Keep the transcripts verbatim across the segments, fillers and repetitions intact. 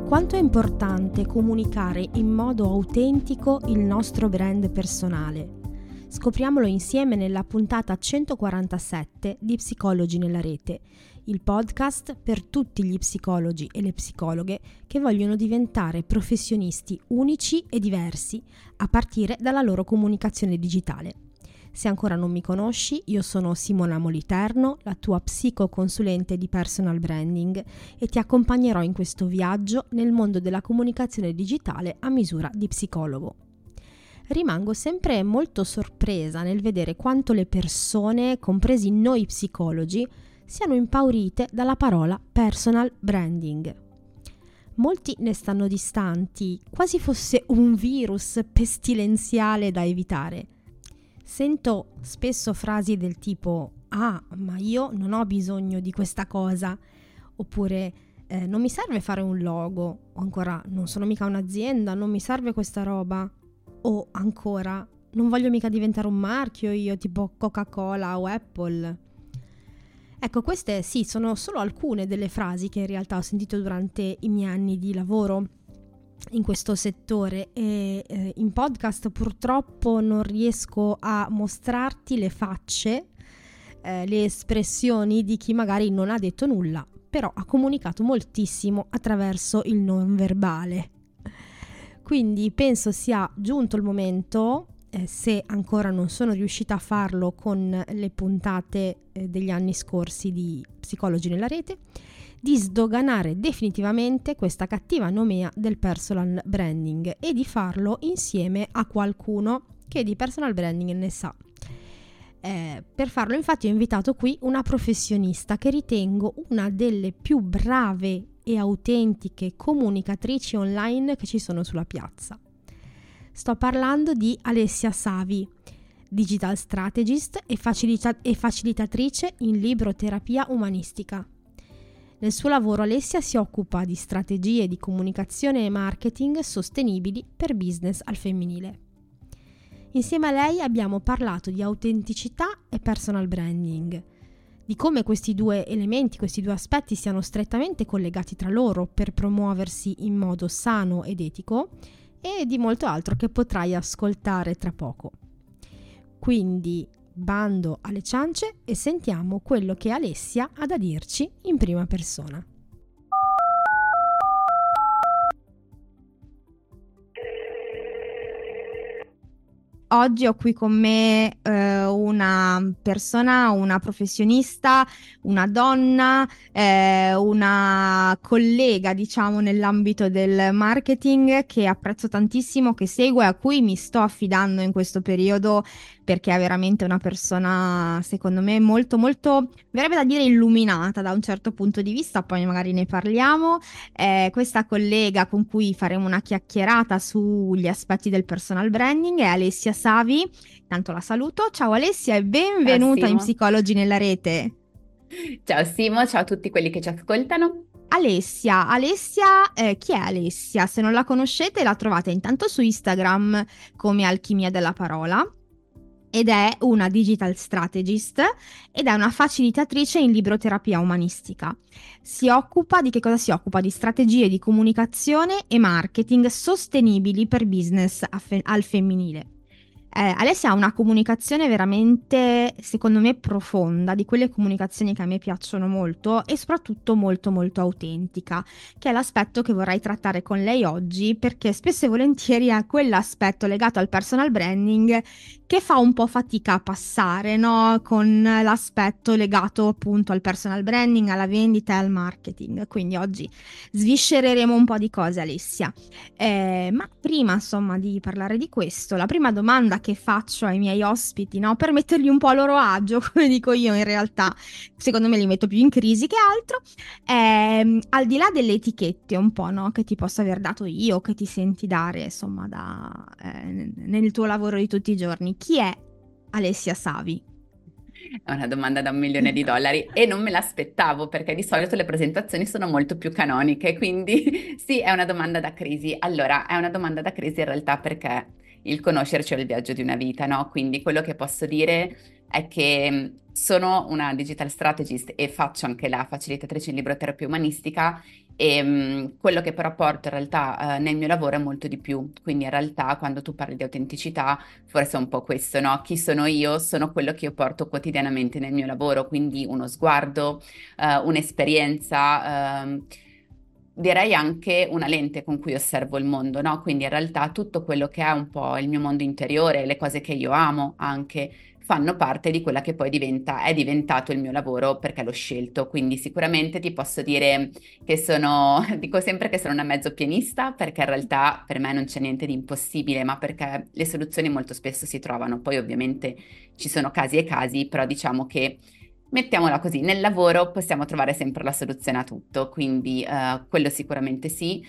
Quanto è importante comunicare in modo autentico il nostro brand personale? Scopriamolo insieme nella puntata centoquarantasette di Psicologi nella Rete, il podcast per tutti gli psicologi e le psicologhe che vogliono diventare professionisti unici e diversi a partire dalla loro comunicazione digitale. Se ancora non mi conosci, io sono Simona Moliterno, la tua psicoconsulente di personal branding, e ti accompagnerò in questo viaggio nel mondo della comunicazione digitale a misura di psicologo. Rimango sempre molto sorpresa nel vedere quanto le persone, compresi noi psicologi, siano impaurite dalla parola personal branding. Molti ne stanno distanti, quasi fosse un virus pestilenziale da evitare. Sento spesso frasi del tipo «Ah, ma io non ho bisogno di questa cosa», oppure eh, «Non mi serve fare un logo», o ancora «Non sono mica un'azienda, non mi serve questa roba», o ancora «Non voglio mica diventare un marchio io, tipo Coca-Cola o Apple». Ecco, queste sì, sono solo alcune delle frasi che in realtà ho sentito durante i miei anni di lavoro in questo settore e eh, in podcast purtroppo non riesco a mostrarti le facce, eh, le espressioni di chi magari non ha detto nulla, però ha comunicato moltissimo attraverso il non verbale. Quindi penso sia giunto il momento, eh, se ancora non sono riuscita a farlo con le puntate eh, degli anni scorsi di Psicologi nella Rete, di sdoganare definitivamente questa cattiva nomea del personal branding e di farlo insieme a qualcuno che di personal branding ne sa. Eh, per farlo infatti ho invitato qui una professionista che ritengo una delle più brave e autentiche comunicatrici online che ci sono sulla piazza. Sto parlando di Alessia Savi, digital strategist e, facilita- e facilitatrice in libroterapia umanistica. Nel suo lavoro Alessia si occupa di strategie di comunicazione e marketing sostenibili per business al femminile. Insieme a lei abbiamo parlato di autenticità e personal branding, di come questi due elementi, questi due aspetti siano strettamente collegati tra loro per promuoversi in modo sano ed etico, e di molto altro che potrai ascoltare tra poco. Quindi bando alle ciance e sentiamo quello che Alessia ha da dirci in prima persona. Oggi ho qui con me eh, una persona, una professionista, una donna, eh, una collega, diciamo, nell'ambito del marketing che apprezzo tantissimo, che seguo e a cui mi sto affidando in questo periodo perché è veramente una persona, secondo me, molto, molto, verrebbe da dire illuminata da un certo punto di vista, poi magari ne parliamo. Eh, questa collega con cui faremo una chiacchierata sugli aspetti del personal branding è Alessia Savi. Tanto la saluto. Ciao Alessia e benvenuta Ciao in Simo. Psicologi nella Rete. Ciao Simo, ciao a tutti quelli che ci ascoltano. Alessia, Alessia, eh, chi è Alessia? Se non la conoscete la trovate intanto su Instagram come Alchimia della Parola ed è una digital strategist ed è una facilitatrice in libroterapia umanistica. Si occupa di che cosa si occupa? Di strategie di comunicazione e marketing sostenibili per business a fe- al femminile. Eh, Alessia ha una comunicazione veramente, secondo me, profonda, di quelle comunicazioni che a me piacciono molto e soprattutto molto molto autentica, che è l'aspetto che vorrei trattare con lei oggi, perché spesso e volentieri è quell'aspetto legato al personal branding che fa un po' fatica a passare, no? Con l'aspetto legato appunto al personal branding, alla vendita e al marketing. Quindi oggi sviscereremo un po' di cose, Alessia. Eh, ma prima, insomma, di parlare di questo, la prima domanda che faccio ai miei ospiti, no, per metterli un po' a loro agio, come dico io, in realtà, secondo me li metto più in crisi che altro, è, al di là delle etichette un po', no, che ti posso aver dato io, che ti senti dare, insomma, da, eh, nel tuo lavoro di tutti i giorni, chi è Alessia Savi? È una domanda da un milione di dollari e non me l'aspettavo perché di solito le presentazioni sono molto più canoniche, quindi sì, è una domanda da crisi. Allora, è una domanda da crisi in realtà perché il conoscerci è il viaggio di una vita, no? Quindi quello che posso dire è che mh, sono una digital strategist e faccio anche la facilitatrice in libroterapia umanistica e mh, quello che però porto in realtà eh, nel mio lavoro è molto di più. Quindi in realtà quando tu parli di autenticità, forse è un po' questo, no? Chi sono io? Sono quello che io porto quotidianamente nel mio lavoro, quindi uno sguardo, eh, un'esperienza. ehm, Direi anche una lente con cui osservo il mondo, no? Quindi in realtà tutto quello che è un po' il mio mondo interiore, le cose che io amo anche, fanno parte di quella che poi diventa, è diventato il mio lavoro perché l'ho scelto. Quindi sicuramente ti posso dire che sono, dico sempre che sono una mezzo pianista perché in realtà per me non c'è niente di impossibile, ma perché le soluzioni molto spesso si trovano. Poi ovviamente ci sono casi e casi, però diciamo che mettiamola così, nel lavoro possiamo trovare sempre la soluzione a tutto, quindi eh, quello sicuramente sì.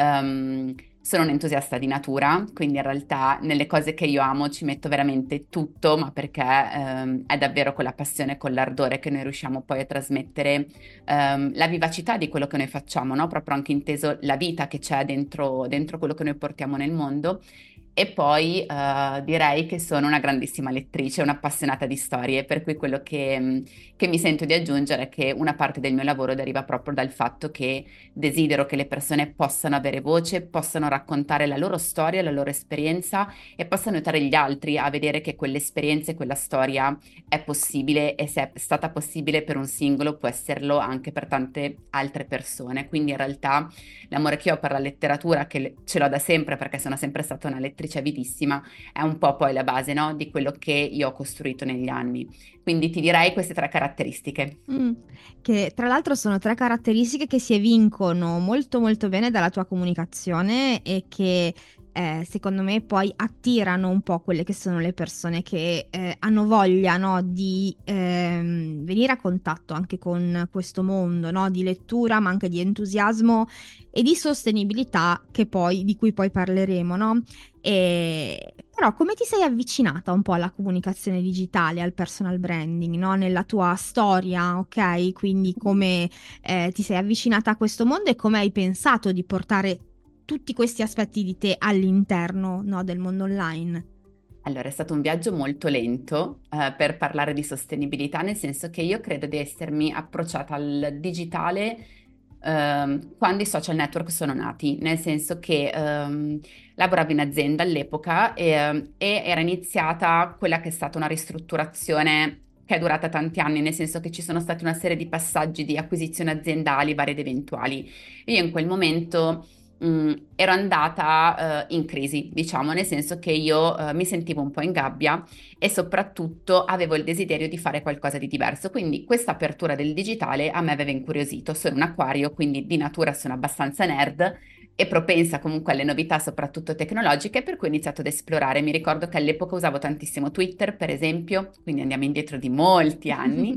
Ehm, sono un entusiasta di natura, quindi in realtà nelle cose che io amo ci metto veramente tutto, ma perché ehm, è davvero con la passione e con l'ardore che noi riusciamo poi a trasmettere ehm, la vivacità di quello che noi facciamo, no? Proprio anche inteso la vita che c'è dentro, dentro quello che noi portiamo nel mondo. E poi eh, direi che sono una grandissima lettrice, un'appassionata di storie, per cui quello che, mh, che mi sento di aggiungere è che una parte del mio lavoro deriva proprio dal fatto che desidero che le persone possano avere voce, possano raccontare la loro storia, la loro esperienza e possano aiutare gli altri a vedere che quell'esperienza e quella storia è possibile e se è stata possibile per un singolo può esserlo anche per tante altre persone. Quindi in realtà l'amore che ho per la letteratura, che le- ce l'ho da sempre perché sono sempre stata una lettrice avidissima, è un po' poi la base, no, di quello che io ho costruito negli anni. Quindi ti direi queste tre caratteristiche. Mm, che tra l'altro sono tre caratteristiche che si evincono molto molto bene dalla tua comunicazione e che eh, secondo me poi attirano un po' quelle che sono le persone che eh, hanno voglia, no, di ehm, venire a contatto anche con questo mondo, no, di lettura, ma anche di entusiasmo e di sostenibilità che poi, di cui poi parleremo, no? E... Però come ti sei avvicinata un po' alla comunicazione digitale, al personal branding, no? Nella tua storia, ok? Quindi come eh, ti sei avvicinata a questo mondo e come hai pensato di portare tutti questi aspetti di te all'interno, no, del mondo online? Allora, è stato un viaggio molto lento, eh, per parlare di sostenibilità, nel senso che io credo di essermi approcciata al digitale, ehm, quando i social network sono nati, nel senso che, ehm, lavoravo in azienda all'epoca e, ehm, e era iniziata quella che è stata una ristrutturazione che è durata tanti anni, nel senso che ci sono stati una serie di passaggi di acquisizioni aziendali, varie ed eventuali. Io in quel momento mh, ero andata eh, in crisi, diciamo, nel senso che io eh, mi sentivo un po' in gabbia e soprattutto avevo il desiderio di fare qualcosa di diverso. Quindi questa apertura del digitale a me aveva incuriosito. Sono un acquario, quindi di natura sono abbastanza nerd e propensa comunque alle novità, soprattutto tecnologiche, per cui ho iniziato ad esplorare. Mi ricordo che all'epoca usavo tantissimo Twitter, per esempio, quindi andiamo indietro di molti anni.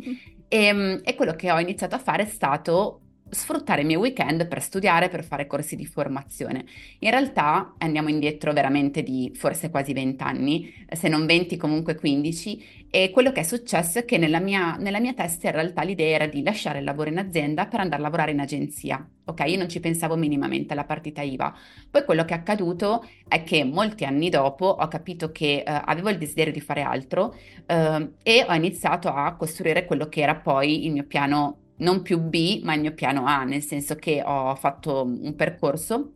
E, e quello che ho iniziato a fare è stato sfruttare i miei weekend per studiare, per fare corsi di formazione. In realtà andiamo indietro veramente di forse quasi venti anni, se non venti comunque quindici, e quello che è successo è che nella mia, nella mia testa in realtà l'idea era di lasciare il lavoro in azienda per andare a lavorare in agenzia. Ok, io non ci pensavo minimamente alla partita I V A. Poi quello che è accaduto è che molti anni dopo ho capito che eh, avevo il desiderio di fare altro eh, e ho iniziato a costruire quello che era poi il mio piano non più B, ma il mio piano A, nel senso che ho fatto un percorso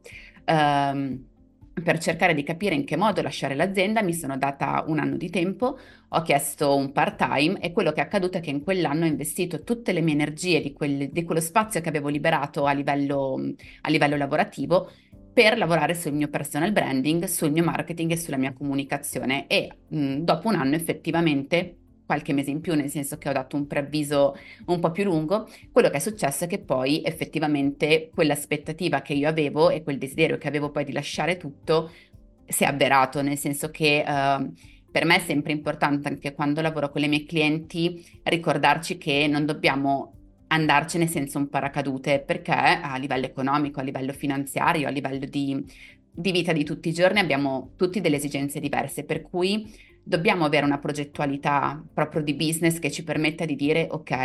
ehm, per cercare di capire in che modo lasciare l'azienda. Mi sono data un anno di tempo, ho chiesto un part-time e quello che è accaduto è che in quell'anno ho investito tutte le mie energie di, quel- di quello spazio che avevo liberato a livello, a livello lavorativo per lavorare sul mio personal branding, sul mio marketing e sulla mia comunicazione e mh, dopo un anno effettivamente, qualche mese in più, nel senso che ho dato un preavviso un po' più lungo, quello che è successo è che poi effettivamente quell'aspettativa che io avevo e quel desiderio che avevo poi di lasciare tutto si è avverato, nel senso che eh, per me è sempre importante anche quando lavoro con le mie clienti ricordarci che non dobbiamo andarcene senza un paracadute, perché a livello economico, a livello finanziario, a livello di, di vita di tutti i giorni abbiamo tutti delle esigenze diverse, per cui dobbiamo avere una progettualità proprio di business che ci permetta di dire ok,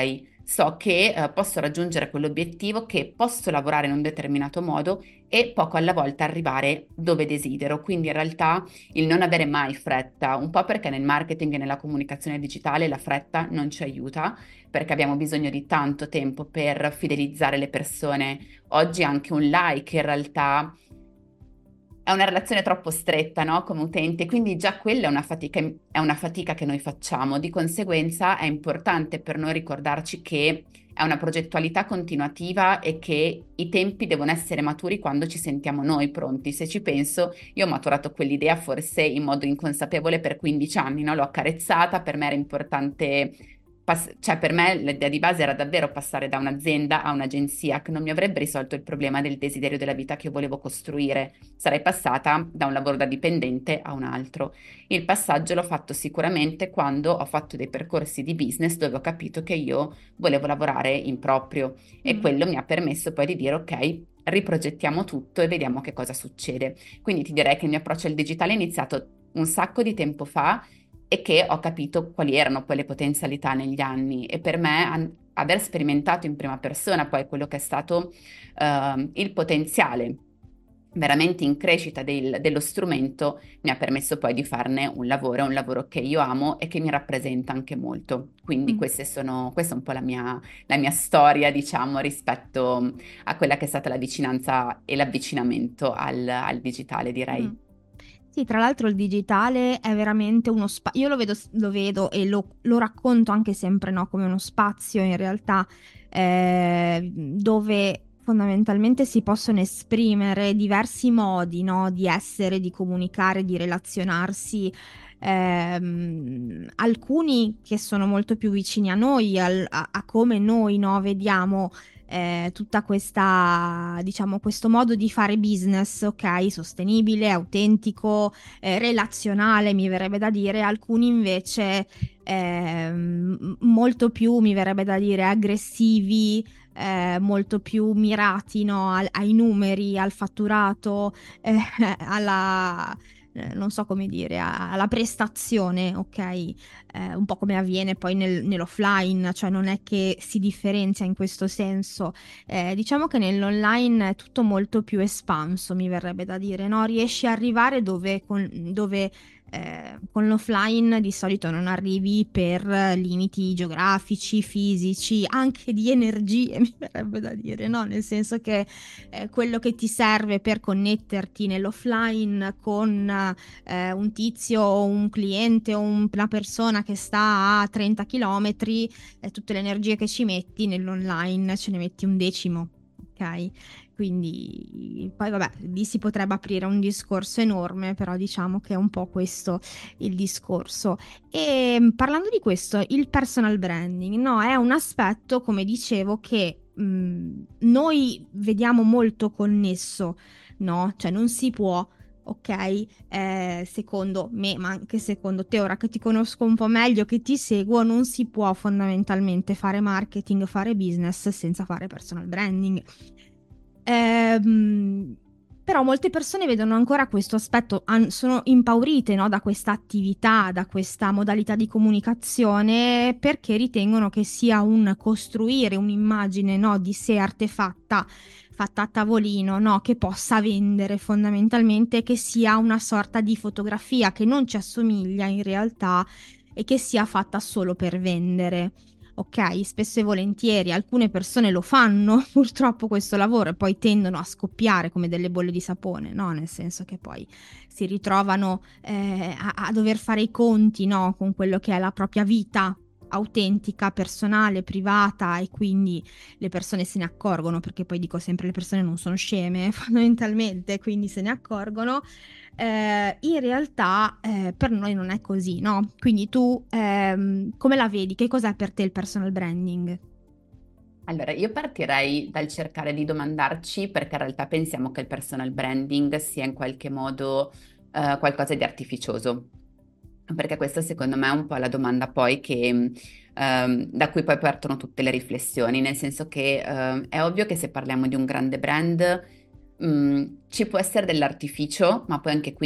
so che eh, posso raggiungere quell'obiettivo, che posso lavorare in un determinato modo e poco alla volta arrivare dove desidero. Quindi in realtà il non avere mai fretta, un po' perché nel marketing e nella comunicazione digitale la fretta non ci aiuta, perché abbiamo bisogno di tanto tempo per fidelizzare le persone. Oggi anche un like in realtà è una relazione troppo stretta, no? Come utente, quindi già quella è una fatica, è una fatica che noi facciamo. Di conseguenza è importante per noi ricordarci che è una progettualità continuativa e che i tempi devono essere maturi quando ci sentiamo noi pronti. Se ci penso, io ho maturato quell'idea forse in modo inconsapevole per quindici anni, no? L'ho accarezzata, per me era importante. Pass- cioè per me l'idea di base era davvero passare da un'azienda a un'agenzia che non mi avrebbe risolto il problema del desiderio della vita che io volevo costruire. Sarei passata da un lavoro da dipendente a un altro. Il passaggio l'ho fatto sicuramente quando ho fatto dei percorsi di business dove ho capito che io volevo lavorare in proprio e Mm. quello mi ha permesso poi di dire ok, riprogettiamo tutto e vediamo che cosa succede. Quindi ti direi che il mio approccio al digitale è iniziato un sacco di tempo fa e che ho capito quali erano poi le potenzialità negli anni e per me an- aver sperimentato in prima persona poi quello che è stato ehm, il potenziale veramente in crescita del- dello strumento mi ha permesso poi di farne un lavoro, un lavoro che io amo e che mi rappresenta anche molto. Quindi Mm. queste sono, questa è un po' la mia, la mia storia, diciamo, rispetto a quella che è stata la vicinanza e l'avvicinamento al, al digitale, Mm. direi. Sì, tra l'altro il digitale è veramente uno spazio, io lo vedo, lo vedo e lo, lo racconto anche sempre, no, come uno spazio in realtà eh, dove fondamentalmente si possono esprimere diversi modi, no, di essere, di comunicare, di relazionarsi, ehm, alcuni che sono molto più vicini a noi, al- a, a come noi, no, vediamo eh, tutta questa, diciamo, questo modo di fare business, ok, sostenibile, autentico, eh, relazionale, mi verrebbe da dire, alcuni invece ehm, molto più, mi verrebbe da dire, aggressivi, eh, molto più mirati, no, al- ai numeri, al fatturato, eh, alla, eh, non so come dire, a- alla prestazione, ok? Eh, un po' come avviene poi nel- nell'offline, cioè non è che si differenzia in questo senso. Eh, diciamo che nell'online è tutto molto più espanso, mi verrebbe da dire, no? Riesci a arrivare dove, con, dove eh, con l'offline di solito non arrivi per eh, limiti geografici, fisici, anche di energie, mi verrebbe da dire, no? Nel senso che eh, quello che ti serve per connetterti nell'offline con eh, un tizio o un cliente o un- una persona che sta a trenta chilometri, eh, tutte le energie che ci metti nell'online ce ne metti un decimo, ok? Quindi poi vabbè, lì si potrebbe aprire un discorso enorme, però diciamo che è un po' questo il discorso. E mh, parlando di questo, il personal branding, no, è un aspetto, come dicevo, che mh, noi vediamo molto connesso, no? Cioè non si può, ok? Eh, secondo me, ma anche secondo te, ora che ti conosco un po' meglio, che ti seguo, non si può fondamentalmente fare marketing, fare business senza fare personal branding. Ehm, Però molte persone vedono ancora questo aspetto, han- sono impaurite, no, da questa attività, da questa modalità di comunicazione, perché ritengono che sia un costruire un'immagine, no, di sé artefatta, fatta a tavolino, no, che possa vendere fondamentalmente, che sia una sorta di fotografia che non ci assomiglia in realtà e che sia fatta solo per vendere. Ok, spesso e volentieri alcune persone lo fanno purtroppo questo lavoro e poi tendono a scoppiare come delle bolle di sapone, no? Nel senso che poi si ritrovano eh, a, a dover fare i conti, no? Con quello che è la propria vita autentica, personale, privata e quindi le persone se ne accorgono perché poi dico sempre le persone non sono sceme fondamentalmente, quindi se ne accorgono eh, in realtà eh, per noi non è così, no? Quindi tu ehm, come la vedi? Che cos'è per te il personal branding? Allora, io partirei dal cercare di domandarci perché in realtà pensiamo che il personal branding sia in qualche modo eh, qualcosa di artificioso. Perché questa secondo me è un po' la domanda poi che, ehm, da cui poi partono tutte le riflessioni, nel senso che ehm, è ovvio che se parliamo di un grande brand mh, ci può essere dell'artificio, ma poi anche qui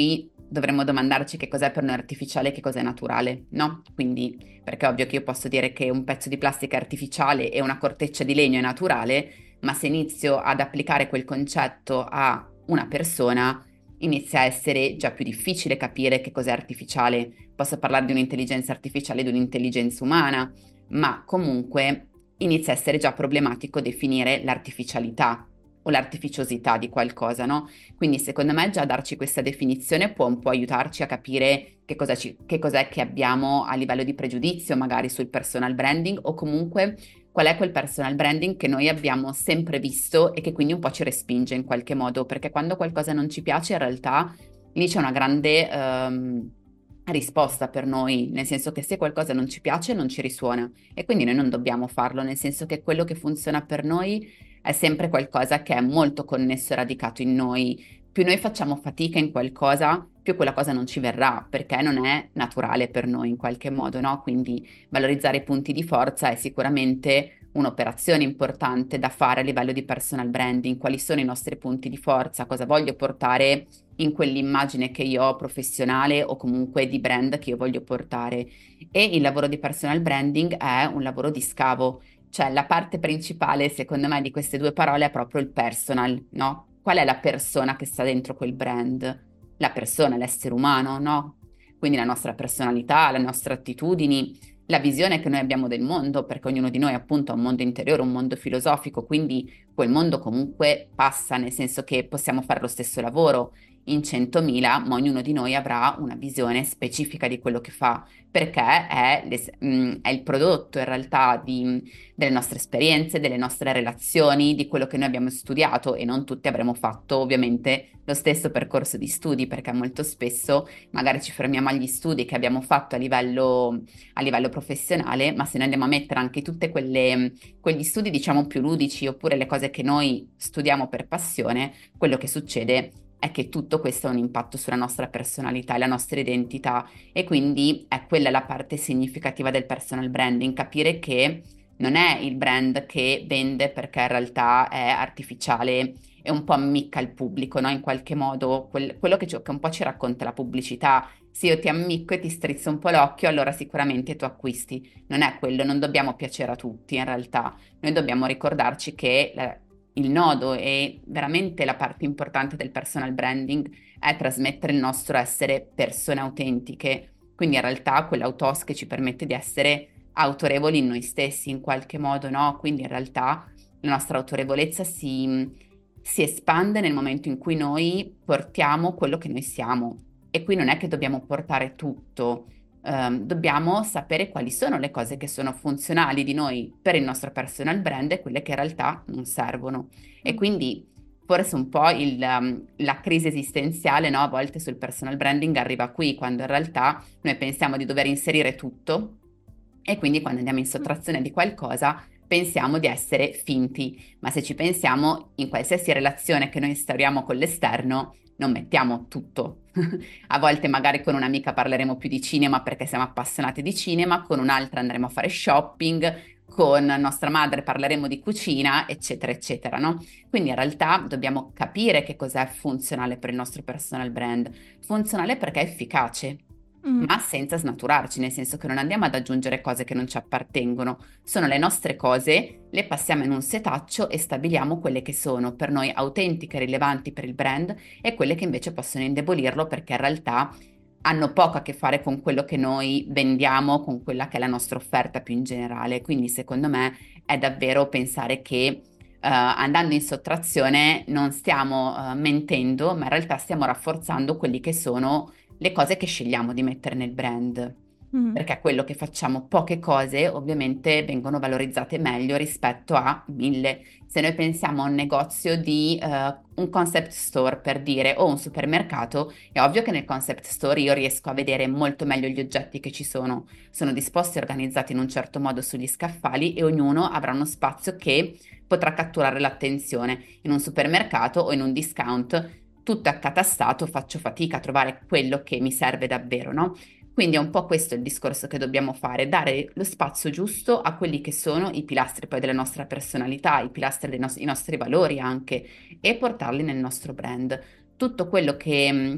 dovremmo domandarci che cos'è per noi artificiale e che cos'è naturale, no? Quindi, perché è ovvio che io posso dire che un pezzo di plastica è artificiale e una corteccia di legno è naturale, ma se inizio ad applicare quel concetto a una persona, inizia a essere già più difficile capire che cos'è artificiale. Posso parlare di un'intelligenza artificiale e di un'intelligenza umana, ma comunque inizia a essere già problematico definire l'artificialità o l'artificiosità di qualcosa, no? Quindi secondo me già darci questa definizione può un po' aiutarci a capire che cosa ci- che cos'è che abbiamo a livello di pregiudizio magari sul personal branding o comunque qual è quel personal branding che noi abbiamo sempre visto e che quindi un po' ci respinge in qualche modo, perché quando qualcosa non ci piace in realtà lì c'è una grande ehm, risposta per noi, nel senso che se qualcosa non ci piace non ci risuona e quindi noi non dobbiamo farlo, nel senso che quello che funziona per noi è sempre qualcosa che è molto connesso e radicato in noi. Più noi facciamo fatica in qualcosa, più quella cosa non ci verrà, perché non è naturale per noi in qualche modo, no? Quindi valorizzare i punti di forza è sicuramente un'operazione importante da fare a livello di personal branding. Quali sono i nostri punti di forza? Cosa voglio portare in quell'immagine che io ho professionale o comunque di brand che io voglio portare? E il lavoro di personal branding è un lavoro di scavo, cioè la parte principale secondo me di queste due parole è proprio il personal, no? Qual è la persona che sta dentro quel brand? La persona, l'essere umano, no? Quindi la nostra personalità, le nostre attitudini, la visione che noi abbiamo del mondo, perché ognuno di noi appunto ha un mondo interiore, un mondo filosofico, quindi quel mondo comunque passa, nel senso che possiamo fare lo stesso lavoro in centomila, ma ognuno di noi avrà una visione specifica di quello che fa, perché è, l'es- mh, è il prodotto in realtà di- delle nostre esperienze, delle nostre relazioni, di quello che noi abbiamo studiato e non tutti avremo fatto ovviamente lo stesso percorso di studi, perché molto spesso magari ci fermiamo agli studi che abbiamo fatto a livello, a livello professionale, ma se noi andiamo a mettere anche tutte quelle, quegli studi diciamo più ludici oppure le cose che noi studiamo per passione, quello che succede è che tutto questo ha un impatto sulla nostra personalità e la nostra identità e quindi è quella la parte significativa del personal branding, capire che non è il brand che vende perché in realtà è artificiale e un po' ammicca il pubblico, no? In qualche modo quel- quello che, ci- che un po' ci racconta la pubblicità. Se io ti ammicco e ti strizzo un po' l'occhio, allora sicuramente tu acquisti. Non è quello, non dobbiamo piacere a tutti in realtà. Noi dobbiamo ricordarci che la- il nodo e veramente la parte importante del personal branding è trasmettere il nostro essere persone autentiche. Quindi in realtà quell'autos che ci permette di essere autorevoli in noi stessi in qualche modo, no? Quindi in realtà la nostra autorevolezza si, si espande nel momento in cui noi portiamo quello che noi siamo. E qui non è che dobbiamo portare tutto, ehm, dobbiamo sapere quali sono le cose che sono funzionali di noi per il nostro personal brand e quelle che in realtà non servono. E Mm. quindi forse un po' il, um, la crisi esistenziale, no? A volte sul personal branding arriva qui, quando in realtà noi pensiamo di dover inserire tutto e quindi quando andiamo in sottrazione di qualcosa pensiamo di essere finti, ma se ci pensiamo in qualsiasi relazione che noi instauriamo con l'esterno non mettiamo tutto. A volte magari con un'amica parleremo più di cinema perché siamo appassionati di cinema, con un'altra andremo a fare shopping, con nostra madre parleremo di cucina, eccetera, eccetera, no? Quindi in realtà dobbiamo capire che cos'è funzionale per il nostro personal brand. Funzionale perché è efficace, Mm. ma senza snaturarci, nel senso che non andiamo ad aggiungere cose che non ci appartengono. Sono le nostre cose, le passiamo in un setaccio e stabiliamo quelle che sono per noi autentiche e rilevanti per il brand e quelle che invece possono indebolirlo perché in realtà hanno poco a che fare con quello che noi vendiamo, con quella che è la nostra offerta più in generale. Quindi secondo me è davvero pensare che Uh, andando in sottrazione non stiamo uh, mentendo, ma in realtà stiamo rafforzando quelli che sono le cose che scegliamo di mettere nel brand, Mm. perché quello che facciamo, poche cose, ovviamente vengono valorizzate meglio rispetto a mille. Se noi pensiamo a un negozio di eh, un concept store per dire o un supermercato, è ovvio che nel concept store io riesco a vedere molto meglio gli oggetti che ci sono. Sono disposti e organizzati in un certo modo sugli scaffali e ognuno avrà uno spazio che potrà catturare l'attenzione. In un supermercato o in un discount tutto è accatastato, faccio fatica a trovare quello che mi serve davvero, no? Quindi è un po' questo il discorso che dobbiamo fare, dare lo spazio giusto a quelli che sono i pilastri poi della nostra personalità, i pilastri dei nos- i nostri valori anche, e portarli nel nostro brand. Tutto quello che,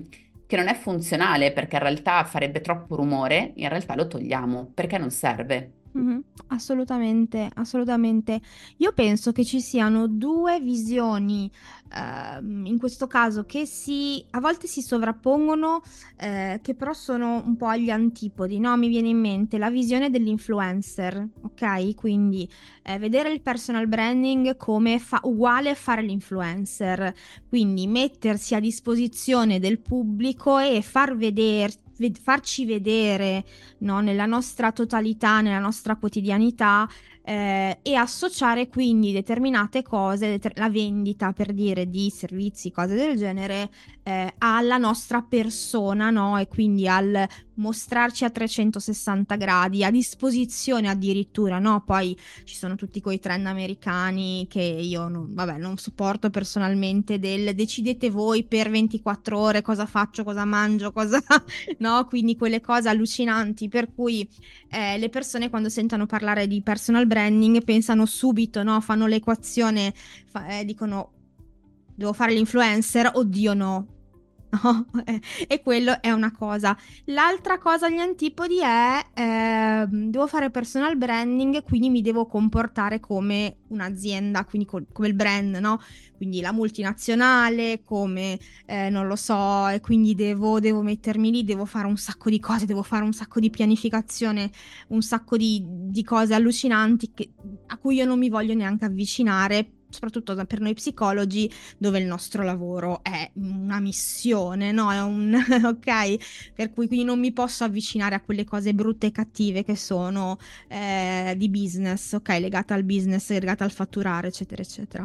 che non è funzionale perché in realtà farebbe troppo rumore, in realtà lo togliamo perché non serve. Mhm. Assolutamente, assolutamente. Io penso che ci siano due visioni, ehm, in questo caso, che si, a volte si sovrappongono, eh, che però sono un po' agli antipodi, no? Mi viene in mente la visione dell'influencer, ok? Quindi eh, vedere il personal branding come fa- uguale a fare l'influencer, quindi mettersi a disposizione del pubblico e far vedere, ved- farci vedere, no, nella nostra totalità, nella nostra quotidianità, eh, e associare quindi determinate cose, deter- la vendita per dire di servizi, cose del genere, eh, alla nostra persona, no? E quindi al mostrarci a trecentosessanta gradi, a disposizione addirittura, no? Poi ci sono tutti quei trend americani che io non, vabbè, non sopporto personalmente, del decidete voi per ventiquattro ore cosa faccio, cosa mangio, cosa no? Quindi quelle cose allucinanti per cui eh, le persone quando sentono parlare di personal branding pensano subito, no? Fanno l'equazione, fa- eh, dicono devo fare l'influencer, oddio no. No? Eh, e quello è una cosa. L'altra cosa agli antipodi è ehm, devo fare personal branding, quindi mi devo comportare come un'azienda, quindi co- come il brand, no? Quindi la multinazionale, come eh, non lo so, e quindi devo, devo mettermi lì, devo fare un sacco di cose, devo fare un sacco di pianificazione, un sacco di, di cose allucinanti che- a cui io non mi voglio neanche avvicinare, soprattutto per noi psicologi, dove il nostro lavoro è una missione, no? È un ok? Per cui quindi non mi posso avvicinare a quelle cose brutte e cattive che sono eh, di business, ok? Legate al business, legate al fatturare, eccetera, eccetera.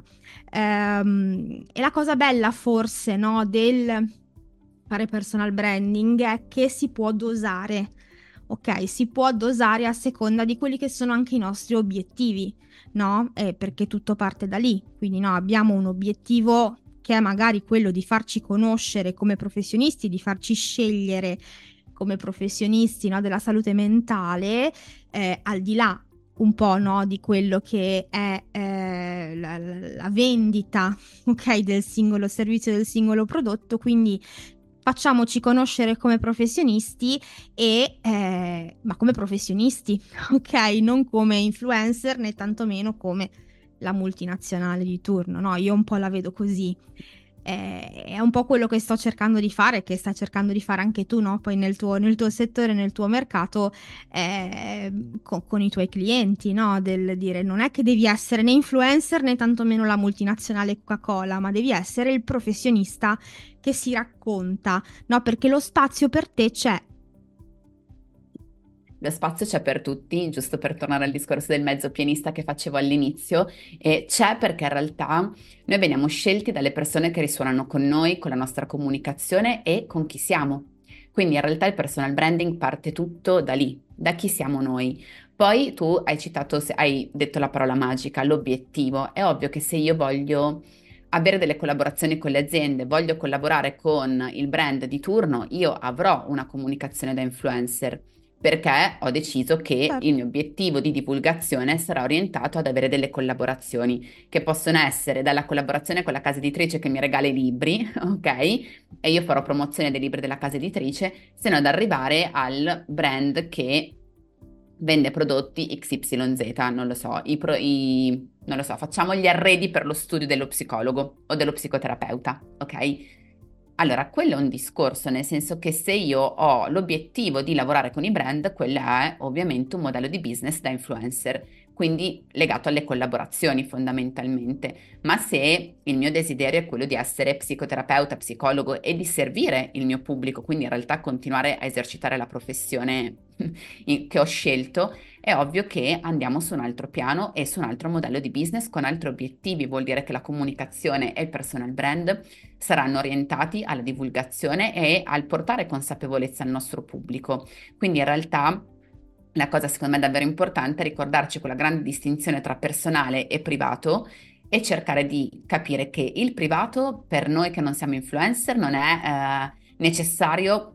Ehm, e la cosa bella forse, no, del fare personal branding è che si può dosare, ok? Si può dosare a seconda di quelli che sono anche i nostri obiettivi, no? Eh, perché tutto parte da lì. Quindi, no, abbiamo un obiettivo che è magari quello di farci conoscere come professionisti, di farci scegliere come professionisti, no, della salute mentale, eh, al di là un po', no, di quello che è eh, la, la- la vendita, ok, del singolo servizio, del singolo prodotto. Quindi facciamoci conoscere come professionisti e eh, ma come professionisti, ok? Non come influencer né tantomeno come la multinazionale di turno, no? Io un po' la vedo così. Eh, è un po' quello che sto cercando di fare, che stai cercando di fare anche tu, no? Poi nel tuo, nel tuo settore, nel tuo mercato, eh, con, con i tuoi clienti, no? Del dire non è che devi essere né influencer né tantomeno la multinazionale Coca-Cola, ma devi essere il professionista che si racconta, no? Perché lo spazio per te c'è. Lo spazio c'è per tutti, giusto per tornare al discorso del mezzo pianista che facevo all'inizio, e c'è perché in realtà noi veniamo scelti dalle persone che risuonano con noi, con la nostra comunicazione e con chi siamo. Quindi in realtà il personal branding parte tutto da lì, da chi siamo noi. Poi tu hai citato, se- hai detto la parola magica, l'obiettivo. È ovvio che se io voglio avere delle collaborazioni con le aziende, voglio collaborare con il brand di turno, io avrò una comunicazione da influencer perché ho deciso che il Certo. mio obiettivo di divulgazione sarà orientato ad avere delle collaborazioni che possono essere dalla collaborazione con la casa editrice che mi regala i libri, ok? E io farò promozione dei libri della casa editrice, se no ad arrivare al brand che vende prodotti X Y Z, non lo so, i pro- i- non lo so, facciamo gli arredi per lo studio dello psicologo o dello psicoterapeuta, ok? Allora, quello è un discorso, nel senso che se io ho l'obiettivo di lavorare con i brand, quello è ovviamente un modello di business da influencer, quindi legato alle collaborazioni fondamentalmente. Ma se il mio desiderio è quello di essere psicoterapeuta, psicologo e di servire il mio pubblico, quindi in realtà continuare a esercitare la professione in- che ho scelto, è ovvio che andiamo su un altro piano e su un altro modello di business con altri obiettivi. Vuol dire che la comunicazione e il personal brand saranno orientati alla divulgazione e al portare consapevolezza al nostro pubblico. Quindi in realtà la cosa secondo me davvero importante è ricordarci quella grande distinzione tra personale e privato e cercare di capire che il privato per noi che non siamo influencer non è eh, necessario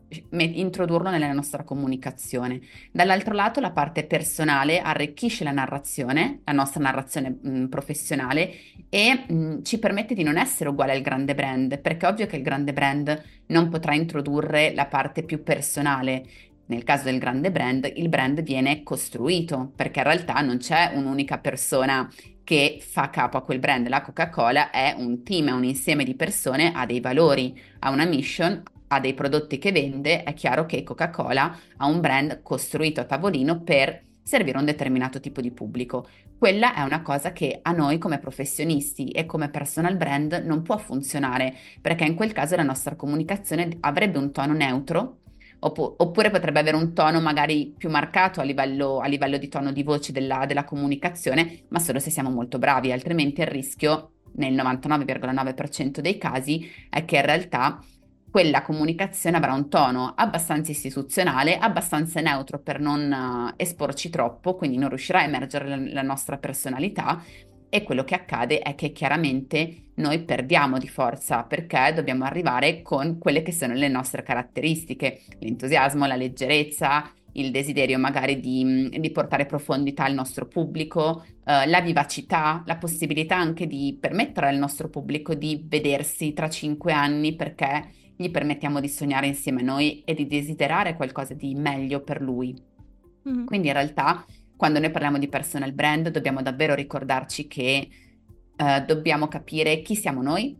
me- introdurlo nella nostra comunicazione. Dall'altro lato, la parte personale arricchisce la narrazione, la nostra narrazione mh, professionale e mh, ci permette di non essere uguale al grande brand, perché è ovvio che il grande brand non potrà introdurre la parte più personale. Nel caso del grande brand, il brand viene costruito, perché in realtà non c'è un'unica persona che fa capo a quel brand. La Coca-Cola è un team, è un insieme di persone, ha dei valori, ha una mission, ha dei prodotti che vende. È chiaro che Coca-Cola ha un brand costruito a tavolino per servire un determinato tipo di pubblico. Quella è una cosa che a noi come professionisti e come personal brand non può funzionare, perché in quel caso la nostra comunicazione avrebbe un tono neutro. oppu- Oppure potrebbe avere un tono magari più marcato a livello, a livello di tono di voce della, della comunicazione, ma solo se siamo molto bravi, altrimenti il rischio nel novantanove virgola nove per cento dei casi è che in realtà quella comunicazione avrà un tono abbastanza istituzionale, abbastanza neutro per non eh, esporci troppo, quindi non riuscirà a emergere la, la nostra personalità e quello che accade è che chiaramente noi perdiamo di forza perché dobbiamo arrivare con quelle che sono le nostre caratteristiche, l'entusiasmo, la leggerezza, il desiderio magari di, di portare profondità al nostro pubblico, eh, la vivacità, la possibilità anche di permettere al nostro pubblico di vedersi tra cinque anni perché gli permettiamo di sognare insieme a noi e di desiderare qualcosa di meglio per lui. Mhm. Quindi in realtà, quando noi parliamo di personal brand, dobbiamo davvero ricordarci che eh, dobbiamo capire chi siamo noi,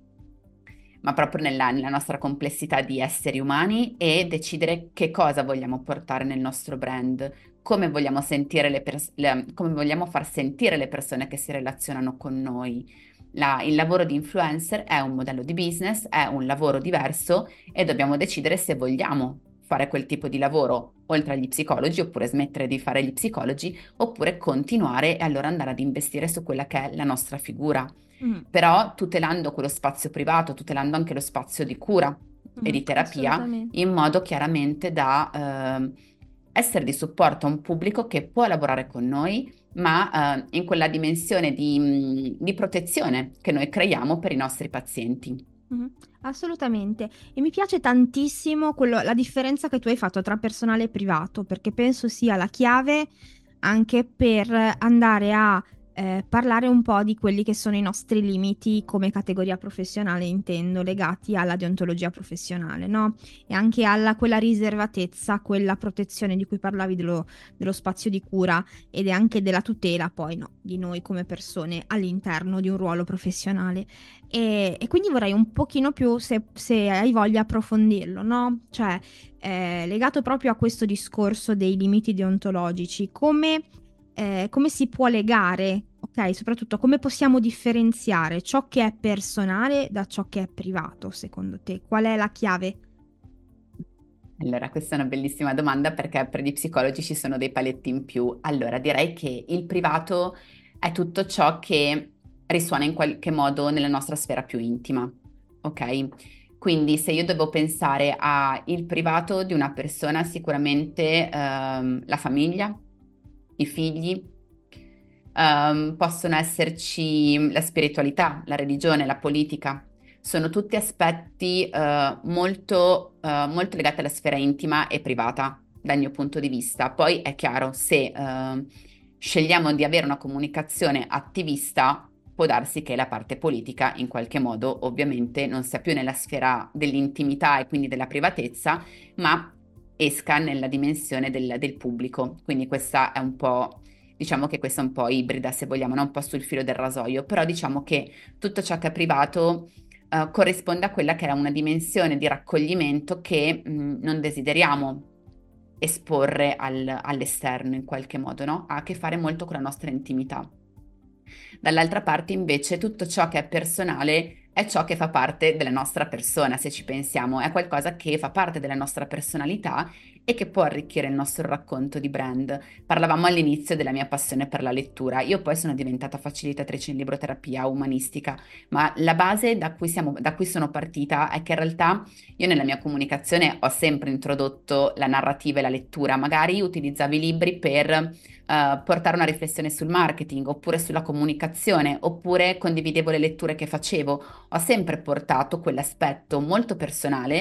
ma proprio nella, nella nostra complessità di esseri umani e decidere che cosa vogliamo portare nel nostro brand, come vogliamo sentire le pers- le- come vogliamo far sentire le persone che si relazionano con noi. La- il lavoro di influencer è un modello di business, è un lavoro diverso e dobbiamo decidere se vogliamo fare quel tipo di lavoro oltre agli psicologi, oppure smettere di fare gli psicologi, oppure continuare e allora andare ad investire su quella che è la nostra figura, Mhm. però tutelando quello spazio privato, tutelando anche lo spazio di cura e Mhm. di terapia, Assolutamente. in modo chiaramente da ehm, essere di supporto a un pubblico che può lavorare con noi, ma eh, in quella dimensione di, mh, di protezione che noi creiamo per i nostri pazienti. Mhm. Assolutamente. E mi piace tantissimo quello- la differenza che tu hai fatto tra personale e privato, perché penso sia la chiave anche per andare a eh, parlare un po' di quelli che sono i nostri limiti come categoria professionale, intendo, legati alla deontologia professionale, no? E anche alla quella riservatezza, quella protezione di cui parlavi dello, dello spazio di cura ed è anche della tutela poi, no, di noi come persone all'interno di un ruolo professionale. E, e quindi vorrei un pochino più, se, se hai voglia, approfondirlo, no? Cioè, eh, legato proprio a questo discorso dei limiti deontologici, come, eh, come si può legare, ok? Soprattutto come possiamo differenziare ciò che è personale da ciò che è privato, secondo te? Qual è la chiave? Allora, questa è una bellissima domanda perché per gli psicologi ci sono dei paletti in più. Allora, direi che il privato è tutto ciò che risuona in qualche modo nella nostra sfera più intima, ok? Quindi se io devo pensare al privato di una persona, sicuramente ehm, la famiglia, i figli, ehm, possono esserci la spiritualità, la religione, la politica. Sono tutti aspetti eh, molto, eh, molto legati alla sfera intima e privata, dal mio punto di vista. Poi è chiaro, se eh, scegliamo di avere una comunicazione attivista, può darsi che la parte politica in qualche modo ovviamente non sia più nella sfera dell'intimità e quindi della privatezza, ma esca nella dimensione del, del pubblico. Quindi questa è un po', diciamo che questa è un po' ibrida, se vogliamo, non un po' sul filo del rasoio, però diciamo che tutto ciò che è privato eh, corrisponde a quella che è una dimensione di raccoglimento che mh, non desideriamo esporre al- all'esterno in qualche modo, no? Ha a che fare molto con la nostra intimità. Dall'altra parte, invece, tutto ciò che è personale è ciò che fa parte della nostra persona, se ci pensiamo, è qualcosa che fa parte della nostra personalità e che può arricchire il nostro racconto di brand. Parlavamo all'inizio della mia passione per la lettura. Io poi sono diventata facilitatrice in libroterapia umanistica, ma la base da cui siamo- da cui sono partita è che in realtà io nella mia comunicazione ho sempre introdotto la narrativa e la lettura. Magari utilizzavo i libri per eh, portare una riflessione sul marketing oppure sulla comunicazione, oppure condividevo le letture che facevo. Ho sempre portato quell'aspetto molto personale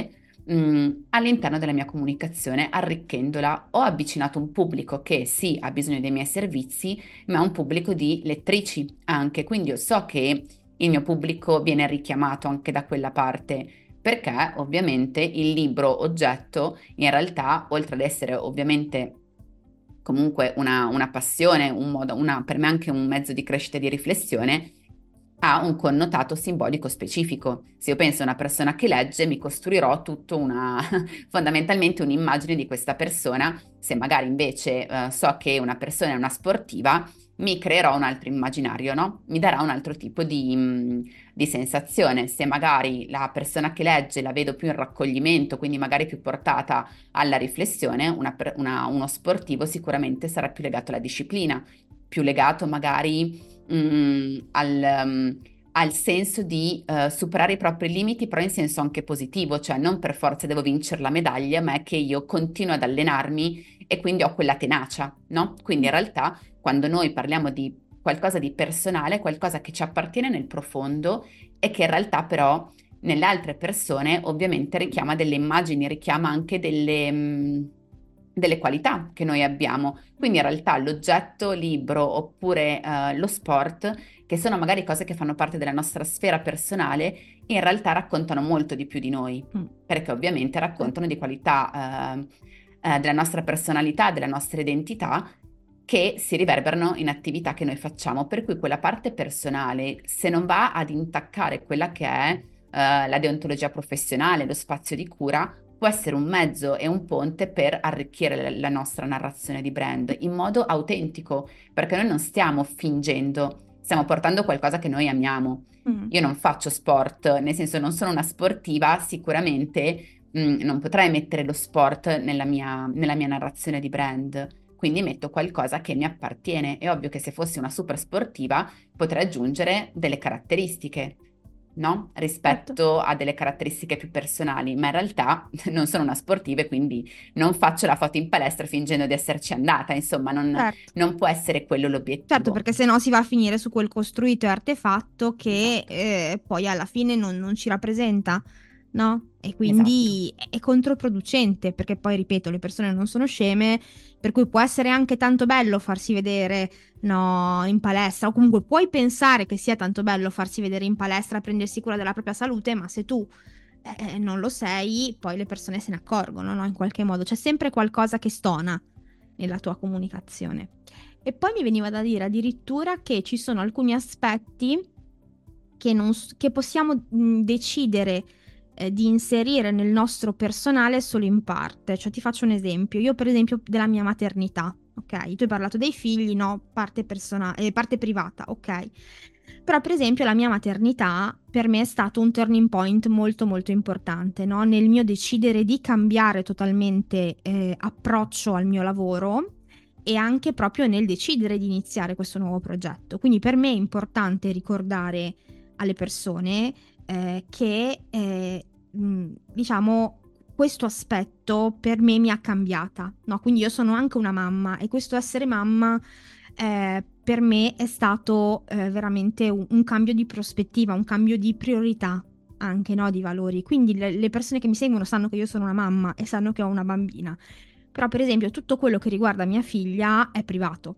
mh, all'interno della mia comunicazione, arricchendola. Ho avvicinato un pubblico che sì, ha bisogno dei miei servizi, ma è un pubblico di lettrici anche, quindi io so che il mio pubblico viene richiamato anche da quella parte, perché ovviamente il libro oggetto in realtà, oltre ad essere ovviamente comunque una, una passione, un modo, una, per me anche un mezzo di crescita e di riflessione, ha un connotato simbolico specifico. Se io penso a una persona che legge, mi costruirò tutta una, fondamentalmente un'immagine di questa persona. Se magari invece eh, so che una persona è una sportiva, mi creerò un altro immaginario, no? Mi darà un altro tipo di, mh, di sensazione. Se magari la persona che legge la vedo più in raccoglimento, quindi magari più portata alla riflessione, una per- una- uno sportivo sicuramente sarà più legato alla disciplina, più legato magari mm, al, mm, al senso di eh, superare i propri limiti, però in senso anche positivo, cioè non per forza devo vincere la medaglia, ma è che io continuo ad allenarmi e quindi ho quella tenacia, no? Quindi in realtà quando noi parliamo di qualcosa di personale, qualcosa che ci appartiene nel profondo e che in realtà però nelle altre persone ovviamente richiama delle immagini, richiama anche delle, mh, delle qualità che noi abbiamo. Quindi in realtà l'oggetto, libro oppure eh, lo sport, che sono magari cose che fanno parte della nostra sfera personale, in realtà raccontano molto di più di noi, Mm. perché ovviamente raccontano di qualità eh, eh, della nostra personalità, della nostra identità che si riverberano in attività che noi facciamo, per cui quella parte personale, se non va ad intaccare quella che è eh, la deontologia professionale, lo spazio di cura, può essere un mezzo e un ponte per arricchire la, la nostra narrazione di brand in modo autentico, perché noi non stiamo fingendo, stiamo portando qualcosa che noi amiamo. Mm. Io non faccio sport, nel senso non sono una sportiva, sicuramente mh, non potrei mettere lo sport nella mia, nella mia narrazione di brand. Quindi metto qualcosa che mi appartiene. È ovvio che se fossi una super sportiva potrei aggiungere delle caratteristiche, no? Certo, Rispetto a delle caratteristiche più personali, ma in realtà non sono una sportiva e quindi non faccio la foto in palestra fingendo di esserci andata. Insomma, non, certo. non può essere quello Certo, l'obiettivo. perché se no si va a finire su quel costruito e artefatto che Esatto, eh, poi alla fine non, non ci rappresenta, no? E esatto. quindi è è controproducente, perché poi, ripeto, le persone non sono sceme, per cui può essere anche tanto bello farsi vedere, no, in palestra, o comunque puoi pensare che sia tanto bello farsi vedere in palestra, prendersi cura della propria salute, ma se tu eh, non lo sei, poi le persone se ne accorgono, no? In qualche modo. C'è sempre qualcosa che stona nella tua comunicazione. E poi mi veniva da dire addirittura che ci sono alcuni aspetti che, non s- che possiamo mh, decidere eh, di inserire nel nostro personale solo in parte. Cioè, ti faccio un esempio. Io, per esempio, della mia maternità, ok? Tu hai parlato dei figli, no? Parte personale, parte privata, ok? Però, per esempio, la mia maternità per me è stato un turning point molto molto importante, no? Nel mio decidere di cambiare totalmente eh, approccio al mio lavoro e anche proprio nel decidere di iniziare questo nuovo progetto. Quindi per me è importante ricordare alle persone eh, che, eh, mh, diciamo, questo aspetto per me mi ha cambiata, no? Quindi io sono anche una mamma e questo essere mamma eh, per me è stato eh, veramente un, un cambio di prospettiva, un cambio di priorità anche, no? Di valori. Quindi le, le persone che mi seguono sanno che io sono una mamma e sanno che ho una bambina. Però, per esempio, tutto quello che riguarda mia figlia è privato.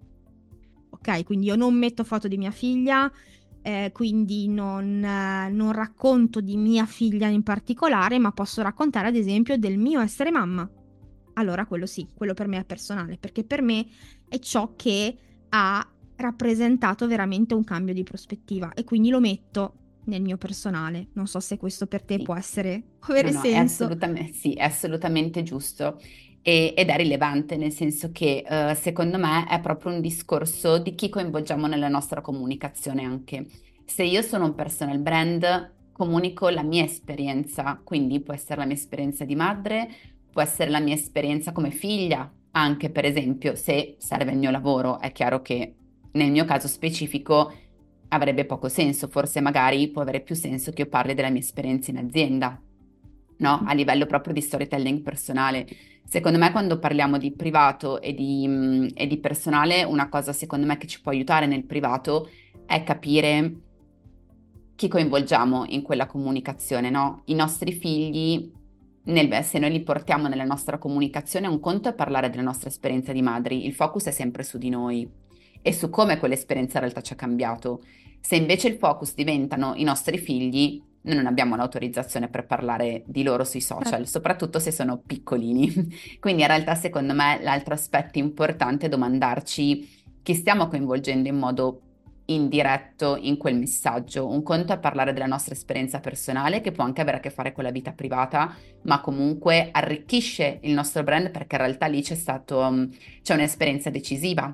Ok, quindi io non metto foto di mia figlia, eh, quindi non, eh, non racconto di mia figlia in particolare, ma posso raccontare ad esempio del mio essere mamma. Allora quello sì, quello per me è personale, perché per me è ciò che ha rappresentato veramente un cambio di prospettiva e quindi lo metto nel mio personale. Non so se questo per te Sì. può essere, può No, avere no, è senso. assolutamente, sì, è assolutamente giusto e- ed è rilevante, nel senso che eh, secondo me è proprio un discorso di chi coinvolgiamo nella nostra comunicazione anche. Se io sono un personal brand, comunico la mia esperienza, quindi può essere la mia esperienza di madre, può essere la mia esperienza come figlia, anche per esempio se serve il mio lavoro, è chiaro che nel mio caso specifico avrebbe poco senso, forse magari può avere più senso che io parli della mia esperienza in azienda, no? A livello proprio di storytelling personale. Secondo me, quando parliamo di privato e di, mh, e di personale, una cosa secondo me che ci può aiutare nel privato è capire chi coinvolgiamo in quella comunicazione, no? I nostri figli nel- se noi li portiamo nella nostra comunicazione, un conto è parlare della nostra esperienza di madri, il focus è sempre su di noi e su come quell'esperienza in realtà ci ha cambiato. Se invece il focus diventano i nostri figli, noi non abbiamo l'autorizzazione per parlare di loro sui social, Certo. soprattutto se sono piccolini. Quindi in realtà secondo me l'altro aspetto importante è domandarci chi stiamo coinvolgendo in modo indiretto in quel messaggio. Un conto è parlare della nostra esperienza personale, che può anche avere a che fare con la vita privata, ma comunque arricchisce il nostro brand perché in realtà lì c'è stato, um, c'è un'esperienza decisiva.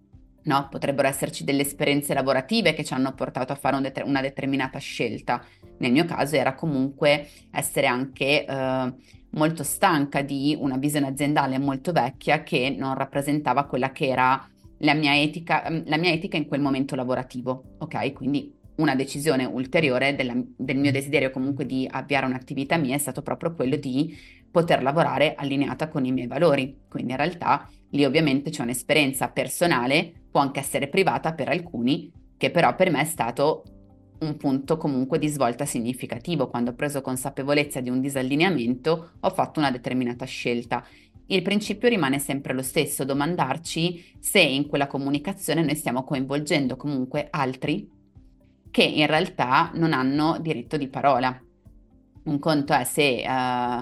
No? Potrebbero esserci delle esperienze lavorative che ci hanno portato a fare un det- una determinata scelta. Nel mio caso era comunque essere anche eh, molto stanca di una visione aziendale molto vecchia che non rappresentava quella che era la mia etica, ehm, la mia etica in quel momento lavorativo. Ok? Quindi una decisione ulteriore della- del mio desiderio comunque di avviare un'attività mia è stato proprio quello di poter lavorare allineata con i miei valori. Quindi in realtà lì ovviamente c'è un'esperienza personale, può anche essere privata per alcuni, che però per me è stato un punto comunque di svolta significativo. Quando ho preso consapevolezza di un disallineamento, ho fatto una determinata scelta. Il principio rimane sempre lo stesso, domandarci se in quella comunicazione noi stiamo coinvolgendo comunque altri che in realtà non hanno diritto di parola. Un conto è se eh,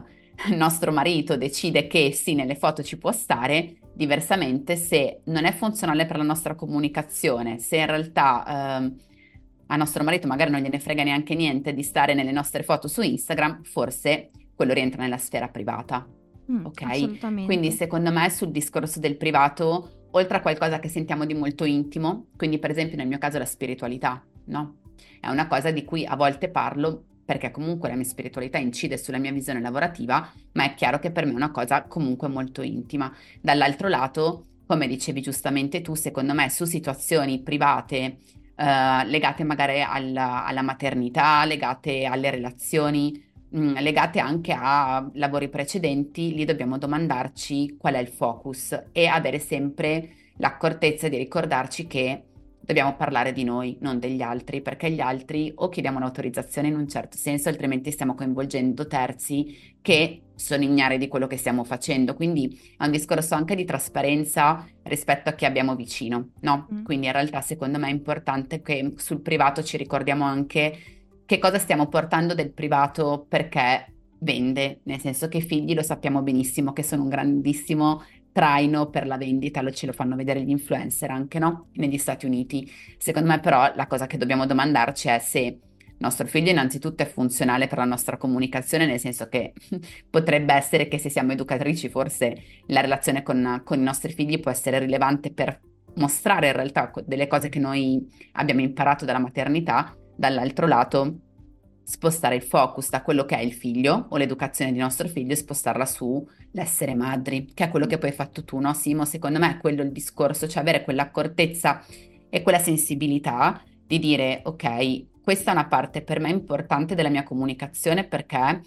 il nostro marito decide che sì, nelle foto ci può stare, diversamente se non è funzionale per la nostra comunicazione, se in realtà ehm, a nostro marito magari non gliene frega neanche niente di stare nelle nostre foto su Instagram, forse quello rientra nella sfera privata. Mm, Ok? Quindi assolutamente. secondo me sul discorso del privato, oltre a qualcosa che sentiamo di molto intimo, quindi per esempio nel mio caso la spiritualità, no? È una cosa di cui a volte parlo perché comunque la mia spiritualità incide sulla mia visione lavorativa, ma è chiaro che per me è una cosa comunque molto intima. Dall'altro lato, come dicevi giustamente tu, secondo me su situazioni private, eh, legate magari alla, alla maternità, legate alle relazioni, mh, legate anche a lavori precedenti, lì dobbiamo domandarci qual è il focus e avere sempre l'accortezza di ricordarci che dobbiamo parlare di noi, non degli altri, perché gli altri o chiediamo un'autorizzazione in un certo senso, altrimenti stiamo coinvolgendo terzi che sono ignari di quello che stiamo facendo. Quindi è un discorso anche di trasparenza rispetto a chi abbiamo vicino, no? Mm. Quindi in realtà secondo me è importante che sul privato ci ricordiamo anche che cosa stiamo portando del privato perché vende, nel senso che i figli lo sappiamo benissimo che sono un grandissimo traino per la vendita, lo ce lo fanno vedere gli influencer anche, no? Negli Stati Uniti. Secondo me però la cosa che dobbiamo domandarci è se il nostro figlio innanzitutto è funzionale per la nostra comunicazione, nel senso che potrebbe essere che se siamo educatrici forse la relazione con, con i nostri figli può essere rilevante per mostrare in realtà co- delle cose che noi abbiamo imparato dalla maternità, dall'altro lato spostare il focus da quello che è il figlio o l'educazione di nostro figlio e spostarla sull'essere madri, che è quello che poi hai fatto tu, no Simo? Secondo me è quello il discorso, cioè avere quell'accortezza e quella sensibilità di dire, ok, questa è una parte per me importante della mia comunicazione perché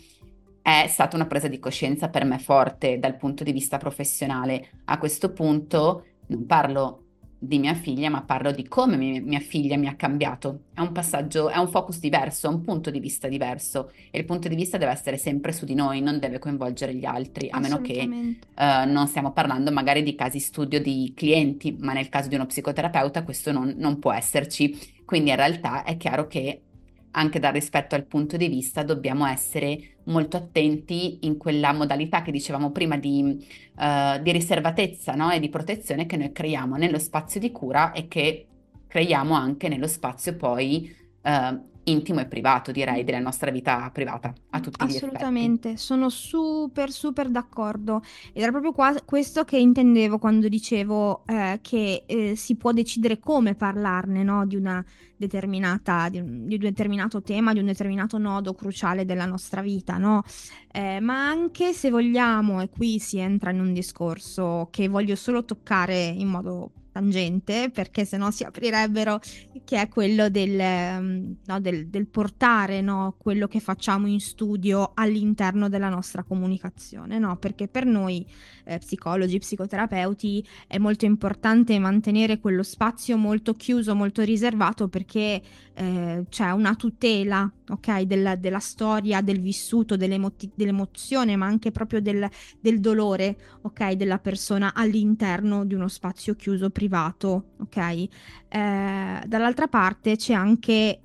è stata una presa di coscienza per me forte dal punto di vista professionale. A questo punto non parlo di mia figlia, ma parlo di come mi- mia figlia mi ha cambiato. È un passaggio, è un focus diverso, è un punto di vista diverso e il punto di vista deve essere sempre su di noi, non deve coinvolgere gli altri, a meno che Assolutamente. eh, non stiamo parlando magari di casi studio di clienti, ma nel caso di uno psicoterapeuta questo non, non può esserci. Quindi in realtà è chiaro che anche dal rispetto al punto di vista dobbiamo essere molto attenti in quella modalità che dicevamo prima di, eh, di riservatezza, no? E di protezione che noi creiamo nello spazio di cura e che creiamo anche nello spazio poi eh, intimo e privato, direi, della nostra vita privata a tutti gli effetti. Assolutamente, sono super super d'accordo ed era proprio qua questo che intendevo quando dicevo eh, che eh, si può decidere come parlarne, no? Di una determinata, di un, di un determinato tema, di un determinato nodo cruciale della nostra vita, no? Eh, ma anche se vogliamo, e qui si entra in un discorso che voglio solo toccare in modo tangente, perché sennò si aprirebbero, che è quello del, ehm, no, del, del portare, no, quello che facciamo in studio all'interno della nostra comunicazione, no? Perché per noi eh, psicologi, psicoterapeuti è molto importante mantenere quello spazio molto chiuso, molto riservato, perché eh, c'è una tutela, ok, della, della storia, del vissuto, dell'emoti- dell'emozione, ma anche proprio del, del dolore, ok, della persona all'interno di uno spazio chiuso privato, ok? Eh, dall'altra parte c'è anche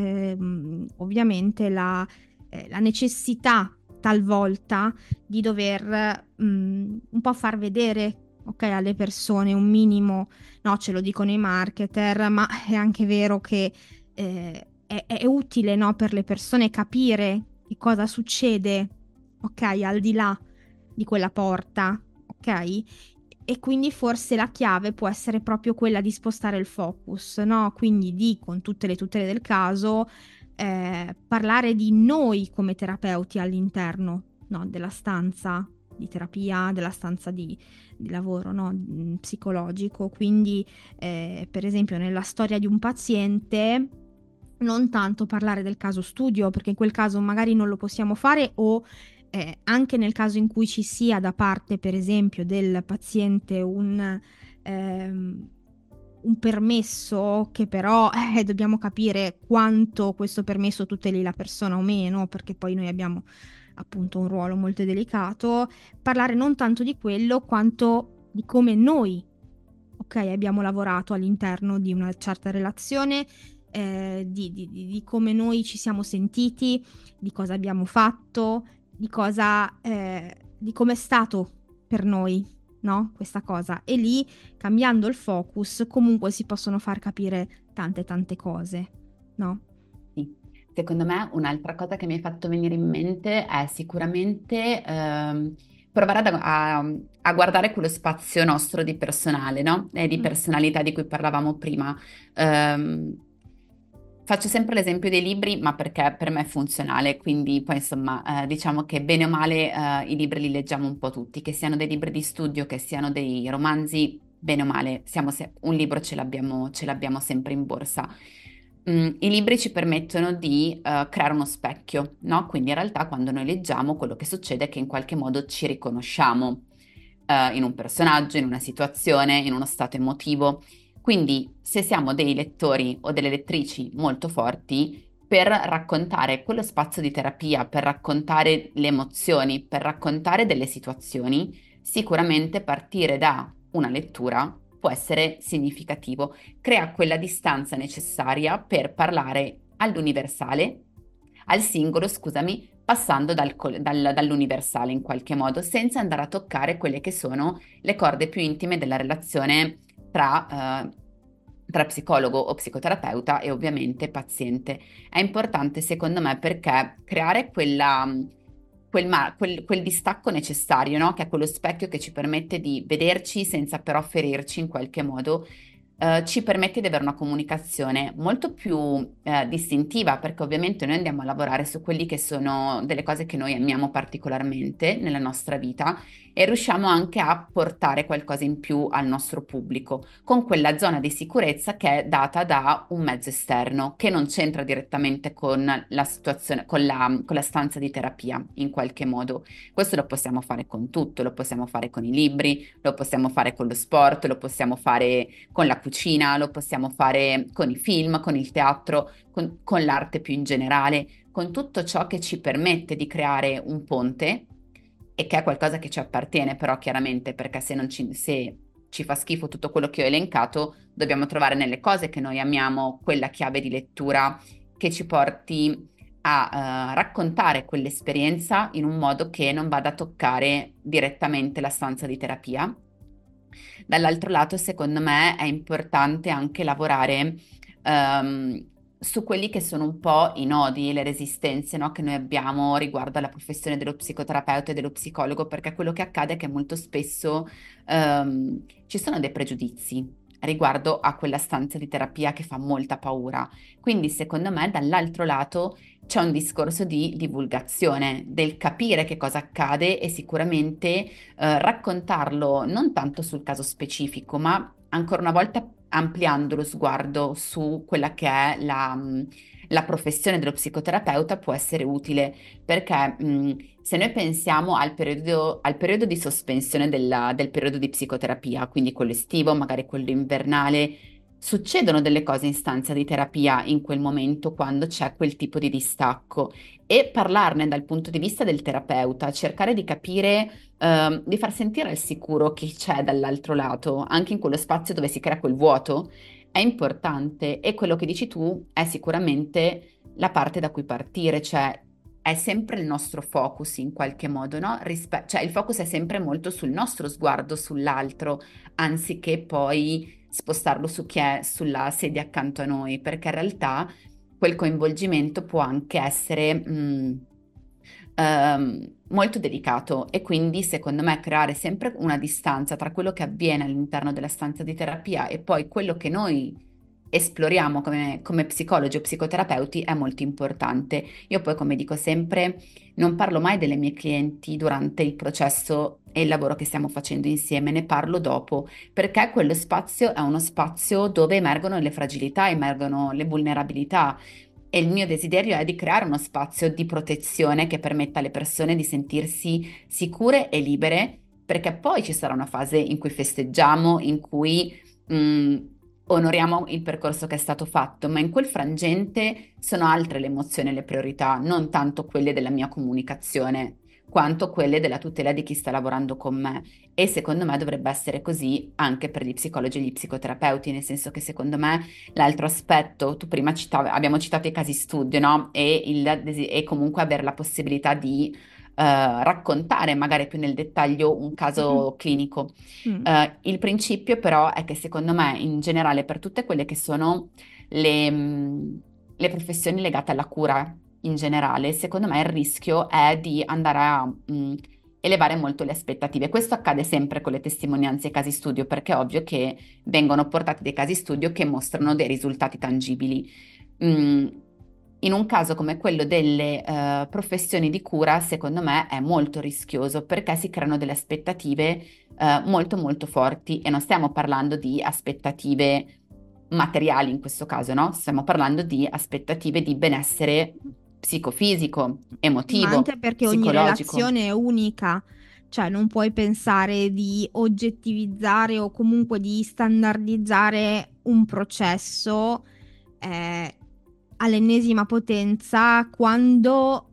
ehm, ovviamente la, eh, la necessità talvolta di dover mm, un po' far vedere, ok, alle persone un minimo, no, ce lo dicono i marketer, ma è anche vero che eh, è, è utile, no, per le persone capire che cosa succede, ok, al di là di quella porta, ok? E quindi forse la chiave può essere proprio quella di spostare il focus, no? Quindi di, con tutte le tutele del caso, eh, parlare di noi come terapeuti all'interno, no, della stanza di terapia, della stanza di, di lavoro, no, mm, psicologico. Quindi, eh, per esempio, nella storia di un paziente, non tanto parlare del caso studio, perché in quel caso magari non lo possiamo fare, o eh, anche nel caso in cui ci sia da parte, per esempio, del paziente un, ehm, un permesso, che però eh, dobbiamo capire quanto questo permesso tuteli la persona o meno, perché poi noi abbiamo appunto un ruolo molto delicato, parlare non tanto di quello quanto di come noi, ok, abbiamo lavorato all'interno di una certa relazione, eh, di, di- di- di come noi ci siamo sentiti, di cosa abbiamo fatto, di cosa, eh, di come è stato per noi, no? Questa cosa. E lì, cambiando il focus, comunque si possono far capire tante tante cose, no? Sì. Secondo me un'altra cosa che mi hai fatto venire in mente è sicuramente ehm, provare ad- a, a guardare quello spazio nostro di personale, no? E di Mm. personalità di cui parlavamo prima. Ehm, Faccio sempre l'esempio dei libri, ma perché per me è funzionale, quindi poi insomma eh, diciamo che bene o male eh, i libri li leggiamo un po' tutti, che siano dei libri di studio, che siano dei romanzi, bene o male siamo se- un libro ce l'abbiamo ce l'abbiamo sempre in borsa. Mm, i libri ci permettono di eh, creare uno specchio, no? Quindi in realtà quando noi leggiamo quello che succede è che in qualche modo ci riconosciamo eh, in un personaggio, in una situazione, in uno stato emotivo. Quindi, se siamo dei lettori o delle lettrici molto forti, per raccontare quello spazio di terapia, per raccontare le emozioni, per raccontare delle situazioni, sicuramente partire da una lettura può essere significativo. Crea quella distanza necessaria per parlare all'universale, al singolo, scusami, passando dal col- dal- dall'universale in qualche modo, senza andare a toccare quelle che sono le corde più intime della relazione tra, eh, tra psicologo o psicoterapeuta e ovviamente paziente. È importante secondo me perché creare quella, quel, ma- quel- quel distacco necessario, no? Che è quello specchio che ci permette di vederci senza però ferirci in qualche modo. Eh, ci permette di avere una comunicazione molto più eh, distintiva, perché ovviamente noi andiamo a lavorare su quelli che sono delle cose che noi amiamo particolarmente nella nostra vita e riusciamo anche a portare qualcosa in più al nostro pubblico, con quella zona di sicurezza che è data da un mezzo esterno, che non c'entra direttamente con la situazione, con la, con la stanza di terapia in qualche modo. Questo lo possiamo fare con tutto, lo possiamo fare con i libri, lo possiamo fare con lo sport, lo possiamo fare con la cucina, lo possiamo fare con i film, con il teatro, con, con l'arte più in generale, con tutto ciò che ci permette di creare un ponte e che è qualcosa che ci appartiene, però chiaramente perché se non ci, se ci fa schifo tutto quello che ho elencato, dobbiamo trovare nelle cose che noi amiamo quella chiave di lettura che ci porti a eh, raccontare quell'esperienza in un modo che non vada a toccare direttamente la stanza di terapia. Dall'altro lato, secondo me, è importante anche lavorare ehm, su quelli che sono un po' i nodi, le resistenze, no, che noi abbiamo riguardo alla professione dello psicoterapeuta e dello psicologo, perché quello che accade è che molto spesso ehm, ci sono dei pregiudizi riguardo a quella stanza di terapia che fa molta paura. Quindi, secondo me, dall'altro lato c'è un discorso di divulgazione, del capire che cosa accade e sicuramente eh, raccontarlo non tanto sul caso specifico, ma ancora una volta ampliando lo sguardo su quella che è la, mh, la professione dello psicoterapeuta può essere utile, perché mh, se noi pensiamo al periodo, al periodo di sospensione della- del periodo di psicoterapia, quindi quello estivo, magari quello invernale, succedono delle cose in stanza di terapia in quel momento quando c'è quel tipo di distacco e parlarne dal punto di vista del terapeuta, cercare di capire, ehm, di far sentire al sicuro chi c'è dall'altro lato, anche in quello spazio dove si crea quel vuoto, è importante e quello che dici tu è sicuramente la parte da cui partire, cioè è sempre il nostro focus in qualche modo, no? Rispe- cioè il focus è sempre molto sul nostro sguardo sull'altro, anziché poi spostarlo su chi è sulla sedia accanto a noi, perché in realtà quel coinvolgimento può anche essere mh, ehm, molto delicato e quindi secondo me creare sempre una distanza tra quello che avviene all'interno della stanza di terapia e poi quello che noi esploriamo come, come psicologi o psicoterapeuti è molto importante. Io poi, come dico sempre, non parlo mai delle mie clienti durante il processo e il lavoro che stiamo facendo insieme, ne parlo dopo, perché quello spazio è uno spazio dove emergono le fragilità, emergono le vulnerabilità. E il mio desiderio è di creare uno spazio di protezione che permetta alle persone di sentirsi sicure e libere, perché poi ci sarà una fase in cui festeggiamo, in cui mh, onoriamo il percorso che è stato fatto, ma in quel frangente sono altre le emozioni e le priorità, non tanto quelle della mia comunicazione, quanto quelle della tutela di chi sta lavorando con me. E secondo me dovrebbe essere così anche per gli psicologi e gli psicoterapeuti, nel senso che secondo me l'altro aspetto, tu prima citavi, abbiamo citato i casi studio, no? E, il, e comunque avere la possibilità di eh, raccontare magari più nel dettaglio un Mm, caso clinico. mm. Eh, il principio però è che secondo me in generale per tutte quelle che sono le, mh, le professioni legate alla cura in generale, secondo me il rischio è di andare a mh, elevare molto le aspettative. Questo accade sempre con le testimonianze e i casi studio perché è ovvio che vengono portati dei casi studio che mostrano dei risultati tangibili. Mm, in un caso come quello delle eh, professioni di cura, secondo me è molto rischioso perché si creano delle aspettative eh, molto molto forti e non stiamo parlando di aspettative materiali in questo caso, no? Stiamo parlando di aspettative di benessere psicofisico, Ma anche emotivo, perché ogni psicologico. relazione è unica, cioè non puoi pensare di oggettivizzare o comunque di standardizzare un processo eh, all'ennesima potenza quando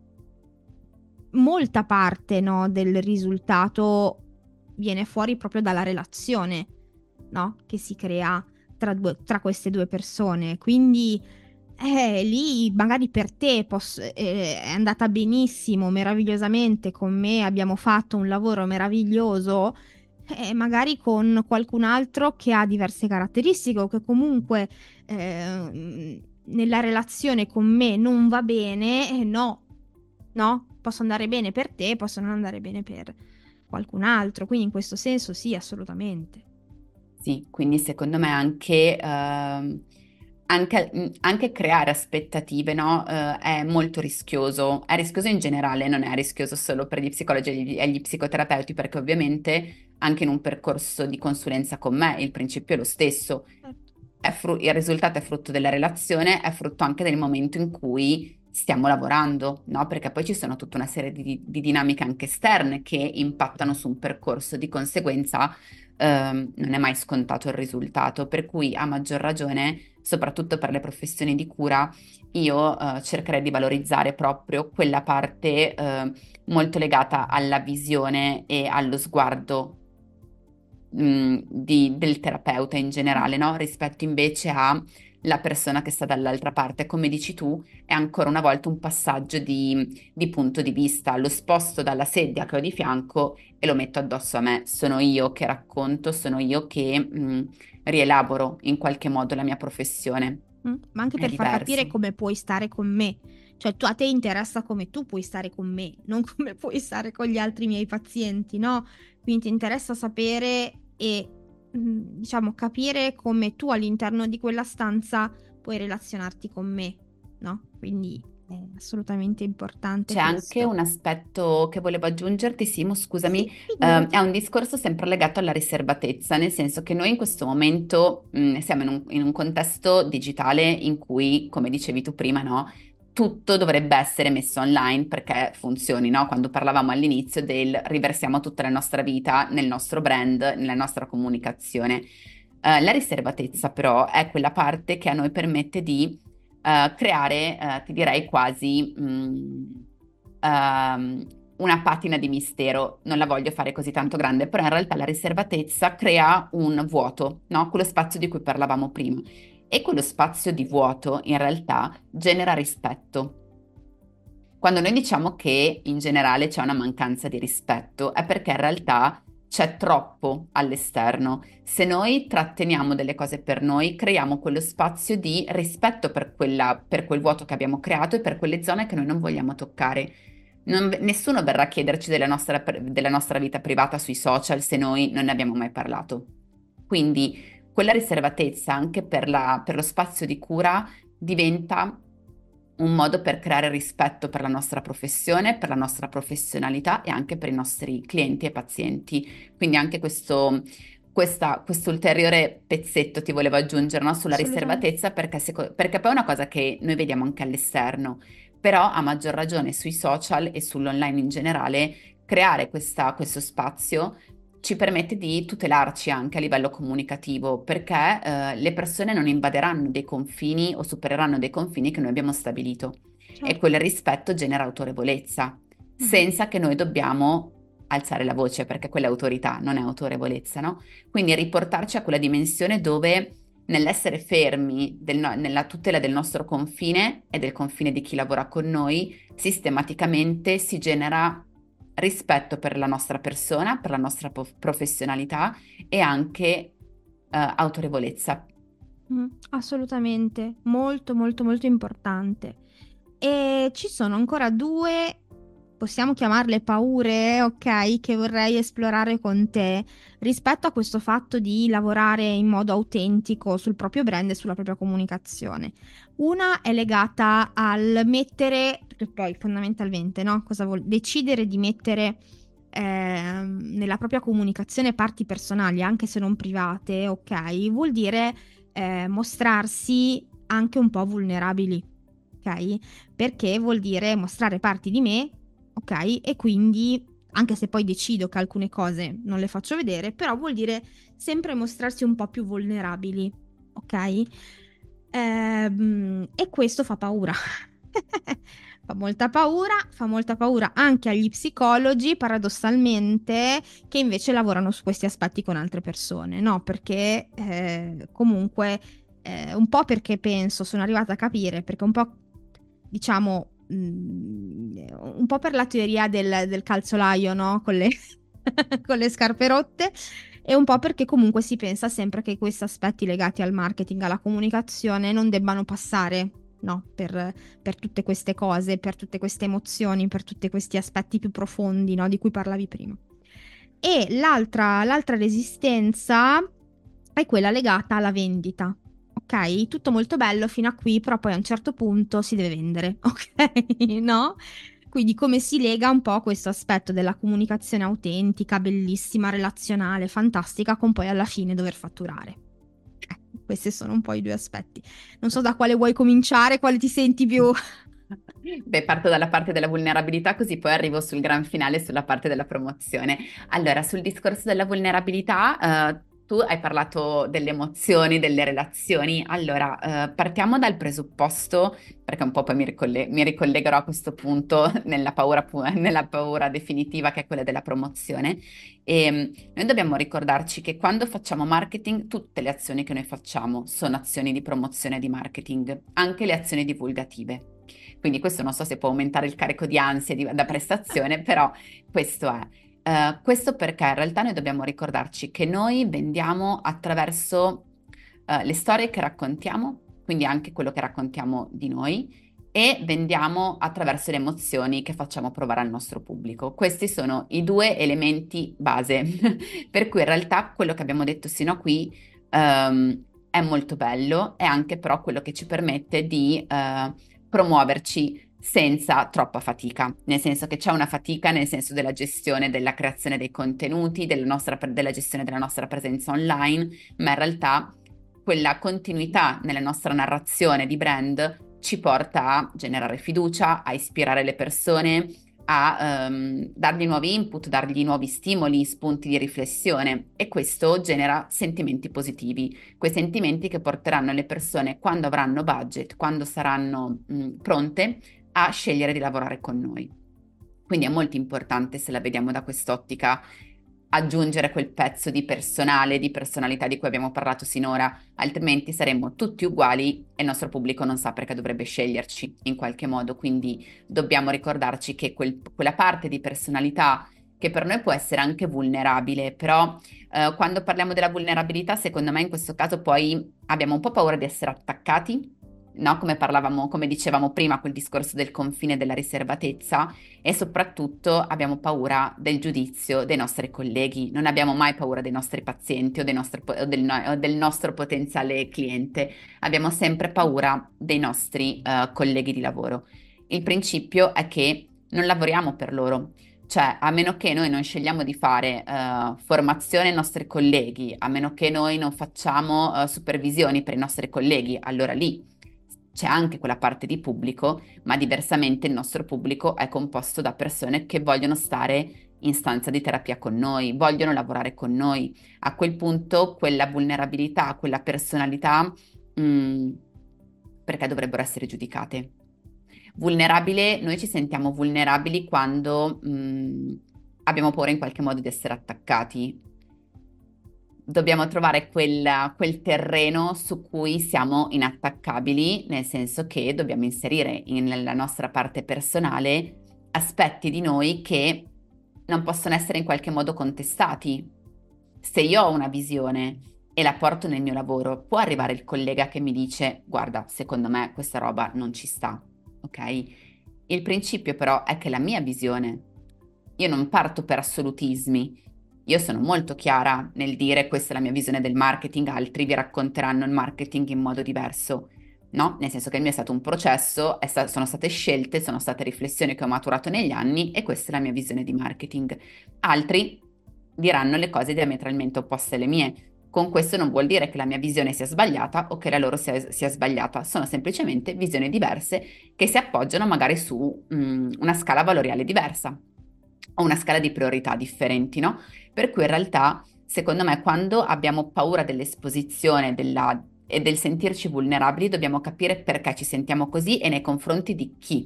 molta parte, no, del risultato viene fuori proprio dalla relazione, no, che si crea tra, due- tra queste due persone. Quindi eh, lì magari per te poss- eh, è andata benissimo, meravigliosamente con me, abbiamo fatto un lavoro meraviglioso. Eh, magari con qualcun altro che ha diverse caratteristiche o che comunque eh, nella relazione con me non va bene, eh, no, no, posso andare bene per te, posso non andare bene per qualcun altro. Quindi in questo senso sì, assolutamente. Sì, quindi secondo me anche, ehm, anche, mh, anche creare aspettative, no, eh, è molto rischioso. È rischioso in generale, non è rischioso solo per gli psicologi e gli, e gli psicoterapeuti, perché ovviamente anche in un percorso di consulenza con me il principio è lo stesso. Certo. È fru- il risultato è frutto della relazione, è frutto anche del momento in cui stiamo lavorando, no? Perché poi ci sono tutta una serie di, di dinamiche anche esterne che impattano su un percorso, di conseguenza ehm, non è mai scontato il risultato, per cui a maggior ragione, soprattutto per le professioni di cura, io eh, cercherei di valorizzare proprio quella parte eh, molto legata alla visione e allo sguardo mh, di- del terapeuta in generale, no? Rispetto invece alla persona che sta dall'altra parte. Come dici tu, è ancora una volta un passaggio di, di punto di vista. Lo sposto dalla sedia che ho di fianco e lo metto addosso a me. Sono io che racconto, sono io che mh, rielaboro in qualche modo la mia professione. Mm, ma anche È per far capire diverso. come puoi stare con me. Cioè, tu, a te interessa come tu puoi stare con me, non come puoi stare con gli altri miei pazienti, no? Quindi ti interessa sapere e, mm, diciamo, capire come tu all'interno di quella stanza puoi relazionarti con me, no? Quindi. È assolutamente importante C'è anche questo. un aspetto che volevo aggiungerti, Simo, Sì, scusami, figurati. ehm, è un discorso sempre legato alla riservatezza, nel senso che noi in questo momento mh, siamo in un, in un contesto digitale in cui, come dicevi tu prima, no, tutto dovrebbe essere messo online perché funzioni, no? Quando parlavamo all'inizio del riversiamo tutta la nostra vita nel nostro brand, nella nostra comunicazione. Eh, la riservatezza però è quella parte che a noi permette di eh, creare, eh, ti direi quasi mh, ehm, una patina di mistero. Non la voglio fare così tanto grande, però in realtà la riservatezza crea un vuoto, no? Quello spazio di cui parlavamo prima. E quello spazio di vuoto in realtà genera rispetto. Quando noi diciamo che in generale c'è una mancanza di rispetto, è perché in realtà c'è troppo all'esterno. Se noi tratteniamo delle cose per noi, creiamo quello spazio di rispetto per quella- per quel vuoto che abbiamo creato e per quelle zone che noi non vogliamo toccare. Non- nessuno verrà a chiederci della nostra, della nostra vita privata sui social se noi non ne abbiamo mai parlato. Quindi quella riservatezza anche per la- per lo spazio di cura diventa un modo per creare rispetto per la nostra professione, per la nostra professionalità e anche per i nostri clienti e pazienti. Quindi anche questo, questa, questo ulteriore pezzetto ti volevo aggiungere, no, sulla Assolutamente. riservatezza, perché, seco- perché poi è una cosa che noi vediamo anche all'esterno, però a maggior ragione sui social e sull'online in generale, creare questa- questo spazio ci permette di tutelarci anche a livello comunicativo, perché eh, le persone non invaderanno dei confini o supereranno dei confini che noi abbiamo stabilito. E Certo. quel rispetto genera autorevolezza, Mhm. senza che noi dobbiamo alzare la voce, perché quella è autorità, non è autorevolezza, no? Quindi riportarci a quella dimensione dove nell'essere fermi del no- nella tutela del nostro confine e del confine di chi lavora con noi, sistematicamente si genera rispetto per la nostra persona, per la nostra po- professionalità e anche eh, autorevolezza. Mm, assolutamente, molto molto molto importante. E ci sono ancora due, possiamo chiamarle paure, ok, che vorrei esplorare con te rispetto a questo fatto di lavorare in modo autentico sul proprio brand e sulla propria comunicazione. Una è legata al mettere, perché poi fondamentalmente, no? Cosa vuol decidere di mettere ehm, nella propria comunicazione parti personali, anche se non private, ok? Vuol dire eh, mostrarsi anche un po' vulnerabili, ok? Perché vuol dire mostrare parti di me, ok? E quindi, anche se poi decido che alcune cose non le faccio vedere, però vuol dire sempre mostrarsi un po' più vulnerabili, ok? Ehm, e questo fa paura. Fa molta paura, fa molta paura anche agli psicologi, paradossalmente, che invece lavorano su questi aspetti con altre persone, no? Perché eh, comunque, eh, un po' perché penso, sono arrivata a capire, perché un po', diciamo, mh, un po' per la teoria del, del calzolaio, no? Con le, con le scarpe rotte, e un po' perché comunque si pensa sempre che questi aspetti legati al marketing, alla comunicazione, non debbano passare, no? Per, per tutte queste cose, per tutte queste emozioni, per tutti questi aspetti più profondi, no? Di cui parlavi prima. E l'altra, l'altra resistenza è quella legata alla vendita. Ok, tutto molto bello fino a qui, però poi a un certo punto si deve vendere, ok? No? Quindi come si lega un po' questo aspetto della comunicazione autentica, bellissima, relazionale, fantastica, con poi alla fine dover fatturare. Eh, questi sono un po' i due aspetti. Non so da quale vuoi cominciare, quale ti senti più... Beh, parto dalla parte della vulnerabilità, così poi arrivo sul gran finale, sulla parte della promozione. Allora, sul discorso della vulnerabilità, eh, tu hai parlato delle emozioni, delle relazioni. Allora, eh, partiamo dal presupposto, perché un po' poi mi, ricolle- mi ricollegherò a questo punto nella paura, pu- nella paura definitiva che è quella della promozione. E mm, noi dobbiamo ricordarci che quando facciamo marketing, tutte le azioni che noi facciamo sono azioni di promozione e di marketing, anche le azioni divulgative. Quindi questo non so se può aumentare il carico di ansia di- da prestazione, però questo è. Eh, questo perché in realtà noi dobbiamo ricordarci che noi vendiamo attraverso eh, le storie che raccontiamo, quindi anche quello che raccontiamo di noi, e vendiamo attraverso le emozioni che facciamo provare al nostro pubblico. Questi sono i due elementi base, per cui in realtà quello che abbiamo detto sino a qui ehm, è molto bello, è anche però quello che ci permette di eh, promuoverci senza troppa fatica, nel senso che c'è una fatica nel senso della gestione, della creazione dei contenuti, della nostra, della gestione della nostra presenza online, ma in realtà quella continuità nella nostra narrazione di brand ci porta a generare fiducia, a ispirare le persone, a um, dargli nuovi input, dargli nuovi stimoli, spunti di riflessione e questo genera sentimenti positivi, quei sentimenti che porteranno le persone quando avranno budget, quando saranno mh, pronte a scegliere di lavorare con noi. Quindi è molto importante, se la vediamo da quest'ottica, aggiungere quel pezzo di personale, di personalità di cui abbiamo parlato sinora, altrimenti saremmo tutti uguali e il nostro pubblico non sa perché dovrebbe sceglierci in qualche modo. Quindi dobbiamo ricordarci che quel, quella parte di personalità che per noi può essere anche vulnerabile, però eh, quando parliamo della vulnerabilità, secondo me in questo caso poi abbiamo un po' paura di essere attaccati, no? Come parlavamo, come dicevamo prima, quel discorso del confine della riservatezza e soprattutto abbiamo paura del giudizio dei nostri colleghi, non abbiamo mai paura dei nostri pazienti o, dei nostri, o, del, no- o del nostro potenziale cliente, abbiamo sempre paura dei nostri eh, colleghi di lavoro. Il principio è che non lavoriamo per loro. Cioè, a meno che noi non scegliamo di fare eh, formazione ai nostri colleghi, a meno che noi non facciamo eh, supervisioni per i nostri colleghi, allora lì c'è anche quella parte di pubblico, ma diversamente il nostro pubblico è composto da persone che vogliono stare in stanza di terapia con noi, vogliono lavorare con noi. A quel punto quella vulnerabilità, quella personalità, mh, perché dovrebbero essere giudicate? Vulnerabile, noi ci sentiamo vulnerabili quando mh, abbiamo paura in qualche modo di essere attaccati. Dobbiamo trovare quel, quel terreno su cui siamo inattaccabili, nel senso che dobbiamo inserire in- nella nostra parte personale aspetti di noi che non possono essere in qualche modo contestati. Se io ho una visione e la porto nel mio lavoro, può arrivare il collega che mi dice: guarda, secondo me questa roba non ci sta, ok? Il principio però è che la mia visione, io non parto per assolutismi, io sono molto chiara nel dire questa è la mia visione del marketing, altri vi racconteranno il marketing in modo diverso, no? Nel senso che il mio è stato un processo, è sta- sono state scelte, sono state riflessioni che ho maturato negli anni e questa è la mia visione di marketing. Altri diranno le cose diametralmente opposte alle mie. Con questo non vuol dire che la mia visione sia sbagliata o che la loro sia, sia sbagliata, sono semplicemente visioni diverse che si appoggiano magari su mm, una scala valoriale diversa o una scala di priorità differenti, no? Per cui in realtà, secondo me, quando abbiamo paura dell'esposizione della- e del sentirci vulnerabili, dobbiamo capire perché ci sentiamo così e nei confronti di chi.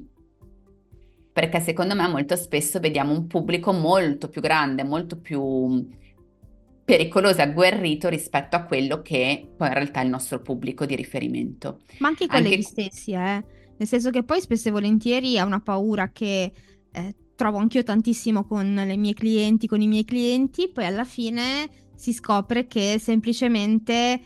Perché secondo me molto spesso vediamo un pubblico molto più grande, molto più pericoloso e agguerrito rispetto a quello che poi in realtà è il nostro pubblico di riferimento. Ma anche i colleghi Anche stessi, eh. Nel senso che poi spesso e volentieri è una paura che eh, trovo anch'io tantissimo con le mie clienti, con i miei clienti, poi alla fine si scopre che semplicemente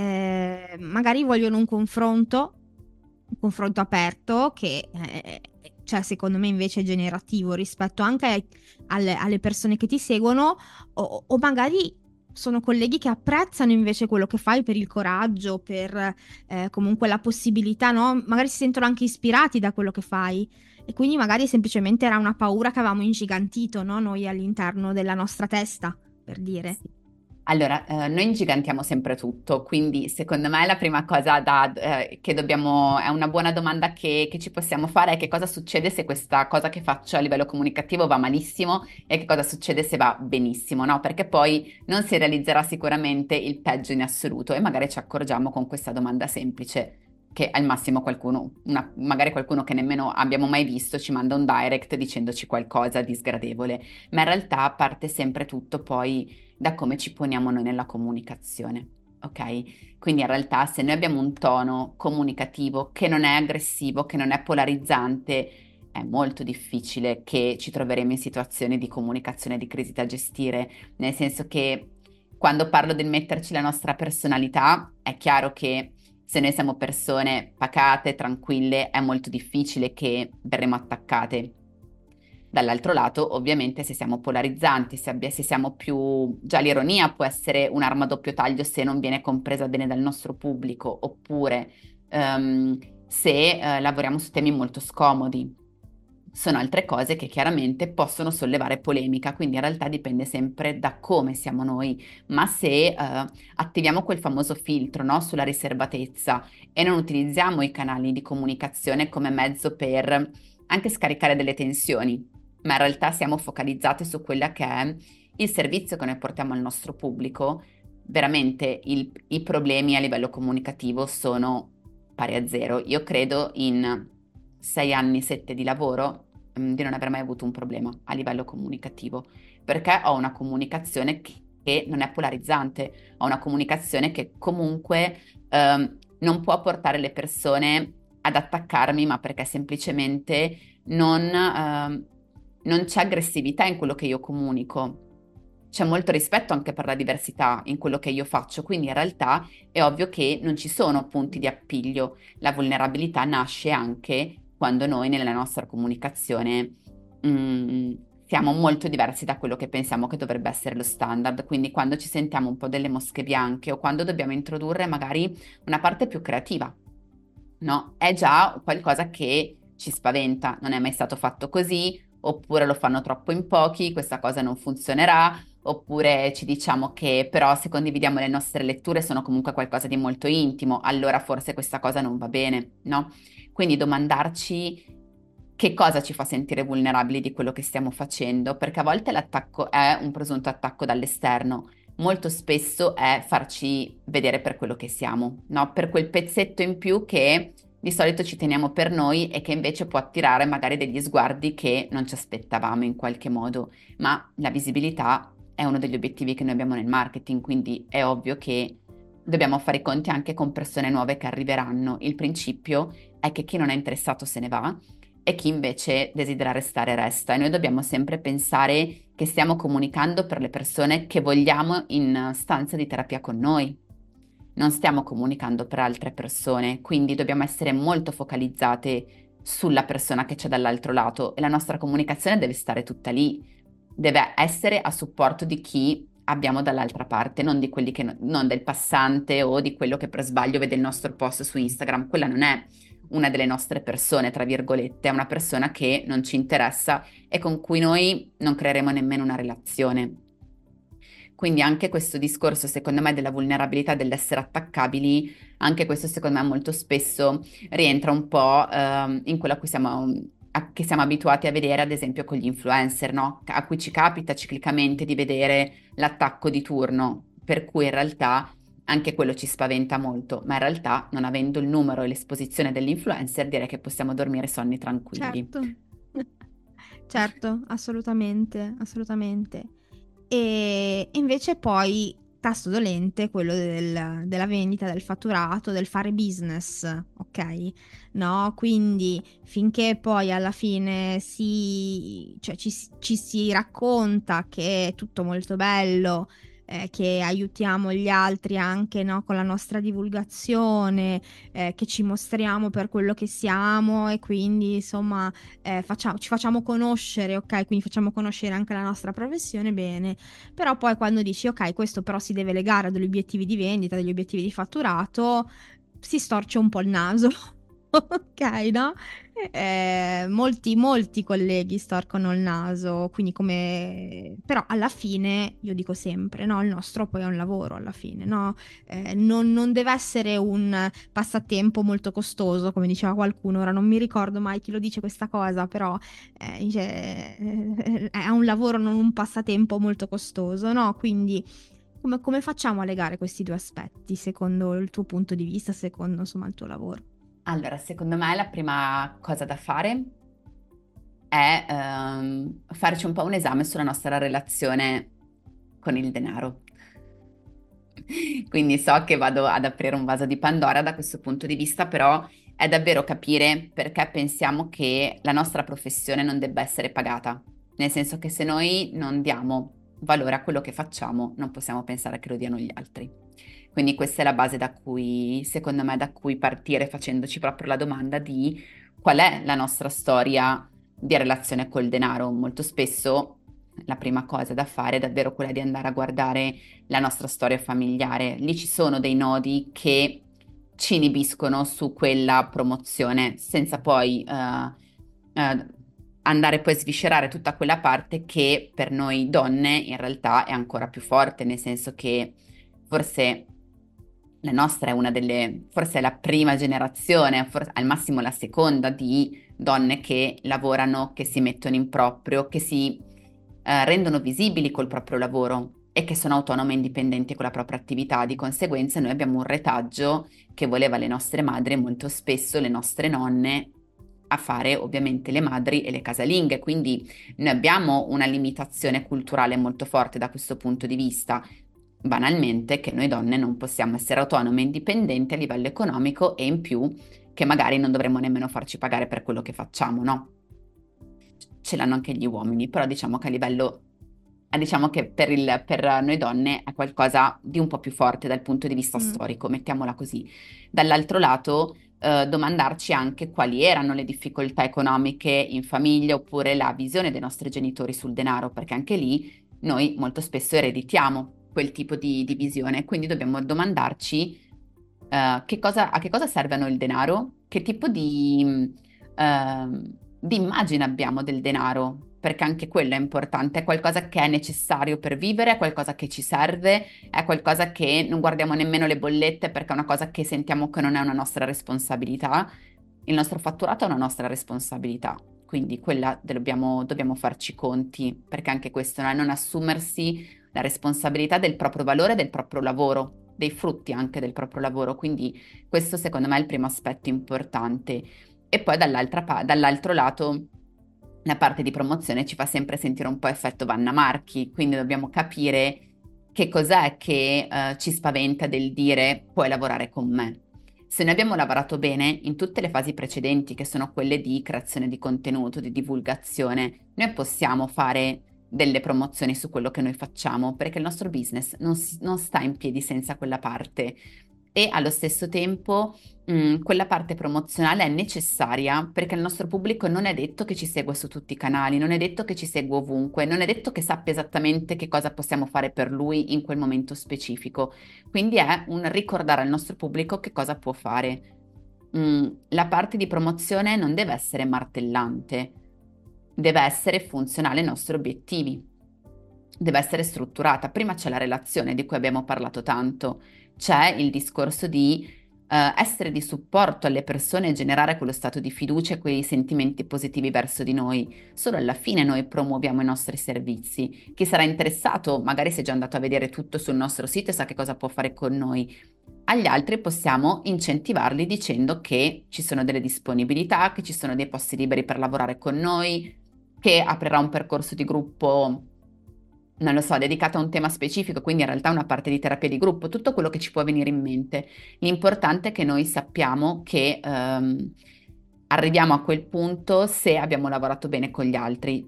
eh, magari vogliono un confronto, un confronto aperto che eh, cioè secondo me invece è generativo rispetto anche ai- alle, alle persone che ti seguono o, o magari sono colleghi che apprezzano invece quello che fai per il coraggio, per eh, comunque la possibilità, no? Magari si sentono anche ispirati da quello che fai e quindi magari semplicemente era una paura che avevamo ingigantito, no? Noi all'interno della nostra testa, per dire. Allora, eh, noi ingigantiamo sempre tutto, quindi secondo me la prima cosa da, eh, che dobbiamo, è una buona domanda che, che ci possiamo fare è che cosa succede se questa cosa che faccio a livello comunicativo va malissimo e che cosa succede se va benissimo, no? Perché poi non si realizzerà sicuramente il peggio in assoluto e magari ci accorgiamo con questa domanda semplice che al massimo qualcuno, una- magari qualcuno che nemmeno abbiamo mai visto, ci manda un direct dicendoci qualcosa di sgradevole, ma in realtà parte sempre tutto poi da come ci poniamo noi nella comunicazione, ok? Quindi in realtà se noi abbiamo un tono comunicativo che non è aggressivo, che non è polarizzante, è molto difficile che ci troveremo in situazioni di comunicazione di crisi da gestire, nel senso che quando parlo del metterci la nostra personalità, è chiaro che se noi siamo persone pacate, tranquille, è molto difficile che verremo attaccate. Dall'altro lato, ovviamente, se siamo polarizzanti, se, abbia- se siamo più... Già l'ironia può essere un'arma a doppio taglio se non viene compresa bene dal nostro pubblico, oppure ehm, se eh, lavoriamo su temi molto scomodi. sono altre cose che chiaramente possono sollevare polemica, quindi in realtà dipende sempre da come siamo noi, ma se eh, attiviamo quel famoso filtro, no, sulla riservatezza e non utilizziamo i canali di comunicazione come mezzo per anche scaricare delle tensioni, ma in realtà siamo focalizzati su quella che è il servizio che noi portiamo al nostro pubblico, veramente il- i problemi a livello comunicativo sono pari a zero. Io credo in sei anni, sette di lavoro, mm, di non aver mai avuto un problema a livello comunicativo, perché ho una comunicazione che, che non è polarizzante, ho una comunicazione che comunque ehm, non può portare le persone ad attaccarmi, ma perché semplicemente non, ehm, non c'è aggressività in quello che io comunico. C'è molto rispetto anche per la diversità in quello che io faccio, quindi in realtà è ovvio che non ci sono punti di appiglio. La vulnerabilità nasce anche quando noi nella nostra comunicazione mm, siamo molto diversi da quello che pensiamo che dovrebbe essere lo standard. Quindi quando ci sentiamo un po' delle mosche bianche o quando dobbiamo introdurre magari una parte più creativa, no? È già qualcosa che ci spaventa, non è mai stato fatto così, oppure lo fanno troppo in pochi, questa cosa non funzionerà, oppure ci diciamo che però se condividiamo le nostre letture sono comunque qualcosa di molto intimo, allora forse questa cosa non va bene, no? Quindi domandarci che cosa ci fa sentire vulnerabili di quello che stiamo facendo, perché a volte l'attacco è un presunto attacco dall'esterno, molto spesso è farci vedere per quello che siamo, no? Per quel pezzetto in più che di solito ci teniamo per noi e che invece può attirare magari degli sguardi che non ci aspettavamo in qualche modo, ma la visibilità è uno degli obiettivi che noi abbiamo nel marketing, quindi è ovvio che dobbiamo fare i conti anche con persone nuove che arriveranno. Il principio è che chi non è interessato se ne va e chi invece desidera restare resta. E noi dobbiamo sempre pensare che stiamo comunicando per le persone che vogliamo in stanza di terapia con noi. Non stiamo comunicando per altre persone, quindi dobbiamo essere molto focalizzate sulla persona che c'è dall'altro lato e la nostra comunicazione deve stare tutta lì, deve essere a supporto di chi abbiamo dall'altra parte, non di quelli che no- non del passante o di quello che per sbaglio vede il nostro post su Instagram. Quella non è una delle nostre persone, tra virgolette, è una persona che non ci interessa e con cui noi non creeremo nemmeno una relazione. Quindi anche questo discorso, secondo me, della vulnerabilità, dell'essere attaccabili, anche questo secondo me molto spesso rientra un po' ehm, in quello a cui siamo, a- che siamo abituati a vedere, ad esempio, con gli influencer, no? A cui ci capita ciclicamente di vedere l'attacco di turno, per cui in realtà anche quello ci spaventa molto, ma in realtà, non avendo il numero e l'esposizione dell'influencer, direi che possiamo dormire sonni tranquilli. Certo, certo, assolutamente, assolutamente. E invece poi tasto dolente, quello del- della vendita, del fatturato, del fare business, ok? No? Quindi finché poi alla fine si, cioè ci, si ci si racconta che è tutto molto bello, eh, che aiutiamo gli altri anche, no, con la nostra divulgazione, eh, che ci mostriamo per quello che siamo e quindi insomma eh, facciamo- ci facciamo conoscere, ok? Quindi facciamo conoscere anche la nostra professione, bene. Però poi quando dici, ok, questo però si deve legare a degli obiettivi di vendita, degli obiettivi di fatturato, si storce un po' il naso. Ok, no? Eh, molti, molti colleghi storcono il naso, quindi come... Però alla fine, io dico sempre, no? Il nostro poi è un lavoro alla fine, no? Eh, non, non deve essere un passatempo molto costoso, come diceva qualcuno, ora non mi ricordo mai chi lo dice questa cosa, però eh, dice, eh, è un lavoro, non un passatempo molto costoso, no? Quindi come, come facciamo a legare questi due aspetti, secondo il tuo punto di vista, secondo insomma il tuo lavoro? Allora, secondo me la prima cosa da fare è ehm, farci un po' un esame sulla nostra relazione con il denaro. Quindi so che vado ad aprire un vaso di Pandora da questo punto di vista, però è davvero capire perché pensiamo che la nostra professione non debba essere pagata. Nel senso che se noi non diamo valore a quello che facciamo, non possiamo pensare che lo diano gli altri. Quindi questa è la base da cui, secondo me, da cui partire facendoci proprio la domanda di qual è la nostra storia di relazione col denaro. Molto spesso la prima cosa da fare è davvero quella di andare a guardare la nostra storia familiare. Lì ci sono dei nodi che ci inibiscono su quella promozione, senza poi eh, eh, andare poi a sviscerare tutta quella parte che per noi donne in realtà è ancora più forte, nel senso che forse la nostra è una delle, forse è la prima generazione, forse, al massimo la seconda di donne che lavorano, che si mettono in proprio, che si eh, rendono visibili col proprio lavoro e che sono autonome e indipendenti con la propria attività. Di conseguenza noi abbiamo un retaggio che voleva le nostre madri e molto spesso le nostre nonne a fare ovviamente le madri e le casalinghe, quindi noi abbiamo una limitazione culturale molto forte da questo punto di vista. Banalmente che noi donne non possiamo essere autonome e indipendenti a livello economico e in più che magari non dovremmo nemmeno farci pagare per quello che facciamo, no? Ce l'hanno anche gli uomini, però diciamo che a livello, eh, diciamo che per il- per noi donne è qualcosa di un po' più forte dal punto di vista Mm. storico, mettiamola così. Dall'altro lato, eh, domandarci anche quali erano le difficoltà economiche in famiglia oppure la visione dei nostri genitori sul denaro, perché anche lì noi molto spesso ereditiamo quel tipo di, di visione, quindi dobbiamo domandarci eh, che cosa, a che cosa serve a noi il denaro, che tipo di, mh, ehm, di immagine abbiamo del denaro, perché anche quello è importante, è qualcosa che è necessario per vivere, è qualcosa che ci serve, è qualcosa che non guardiamo nemmeno le bollette perché è una cosa che sentiamo che non è una nostra responsabilità. Il nostro fatturato è una nostra responsabilità, quindi quella dobbiamo, dobbiamo farci conti, perché anche questo, no? È non assumersi la responsabilità del proprio valore, del proprio lavoro, dei frutti anche del proprio lavoro. Quindi questo secondo me è il primo aspetto importante. E poi dall'altra pa- dall'altro lato la parte di promozione ci fa sempre sentire un po' effetto Vanna Marchi, quindi dobbiamo capire che cos'è che eh, ci spaventa del dire puoi lavorare con me. Se noi abbiamo lavorato bene in tutte le fasi precedenti, che sono quelle di creazione di contenuto, di divulgazione, noi possiamo fare delle promozioni su quello che noi facciamo, perché il nostro business non, si- non sta in piedi senza quella parte. E allo stesso tempo, mh, quella parte promozionale è necessaria perché il nostro pubblico non è detto che ci segue su tutti i canali, non è detto che ci segue ovunque, non è detto che sappia esattamente che cosa possiamo fare per lui in quel momento specifico. Quindi è un ricordare al nostro pubblico che cosa può fare. Mm, la parte di promozione non deve essere martellante, deve essere funzionale ai nostri obiettivi, deve essere strutturata. Prima c'è la relazione di cui abbiamo parlato tanto, c'è il discorso di eh, essere di supporto alle persone e generare quello stato di fiducia e quei sentimenti positivi verso di noi. Solo alla fine noi promuoviamo i nostri servizi. Chi sarà interessato, magari si è già andato a vedere tutto sul nostro sito e sa che cosa può fare con noi. Agli altri possiamo incentivarli dicendo che ci sono delle disponibilità, che ci sono dei posti liberi per lavorare con noi, che aprirà un percorso di gruppo, non lo so, dedicato a un tema specifico, quindi in realtà una parte di terapia di gruppo, tutto quello che ci può venire in mente. L'importante è che noi sappiamo che ehm, arriviamo a quel punto se abbiamo lavorato bene con gli altri.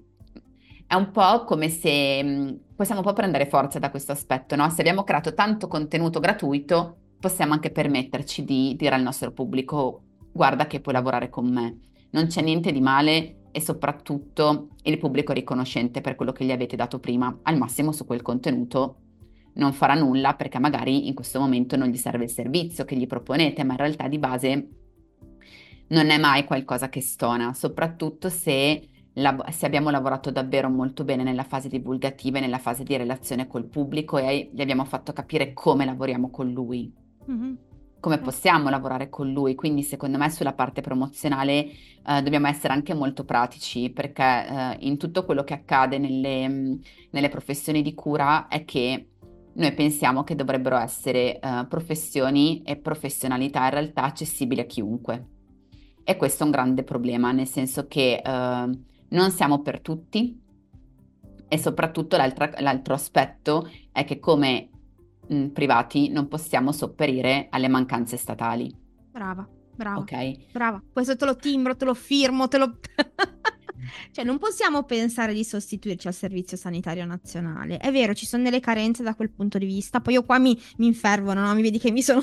È un po' come se mh, possiamo un po' prendere forza da questo aspetto, no? Se abbiamo creato tanto contenuto gratuito, possiamo anche permetterci di dire al nostro pubblico: guarda che puoi lavorare con me. Non c'è niente di male e soprattutto il pubblico è riconoscente per quello che gli avete dato prima. Al massimo su quel contenuto non farà nulla perché magari in questo momento non gli serve il servizio che gli proponete, ma in realtà di base non è mai qualcosa che stona, soprattutto se, lav- se abbiamo lavorato davvero molto bene nella fase divulgativa e nella fase di relazione col pubblico e gli abbiamo fatto capire come lavoriamo con lui, Mhm. come Eh, possiamo lavorare con lui. Quindi secondo me sulla parte promozionale eh, dobbiamo essere anche molto pratici perché eh, in tutto quello che accade nelle, mh, nelle professioni di cura è che noi pensiamo che dovrebbero essere eh, professioni e professionalità in realtà accessibili a chiunque. E questo è un grande problema, nel senso che eh, non siamo per tutti e soprattutto l'altra- l'altro aspetto è che come mh, privati non possiamo sopperire alle mancanze statali, Brava, brava, ok? brava. Questo te lo timbro, te lo firmo, te lo... Cioè, non possiamo pensare di sostituirci al Servizio Sanitario Nazionale. È vero, ci sono delle carenze da quel punto di vista. Poi io qua mi, mi infervono, no? Mi vedi che mi sono...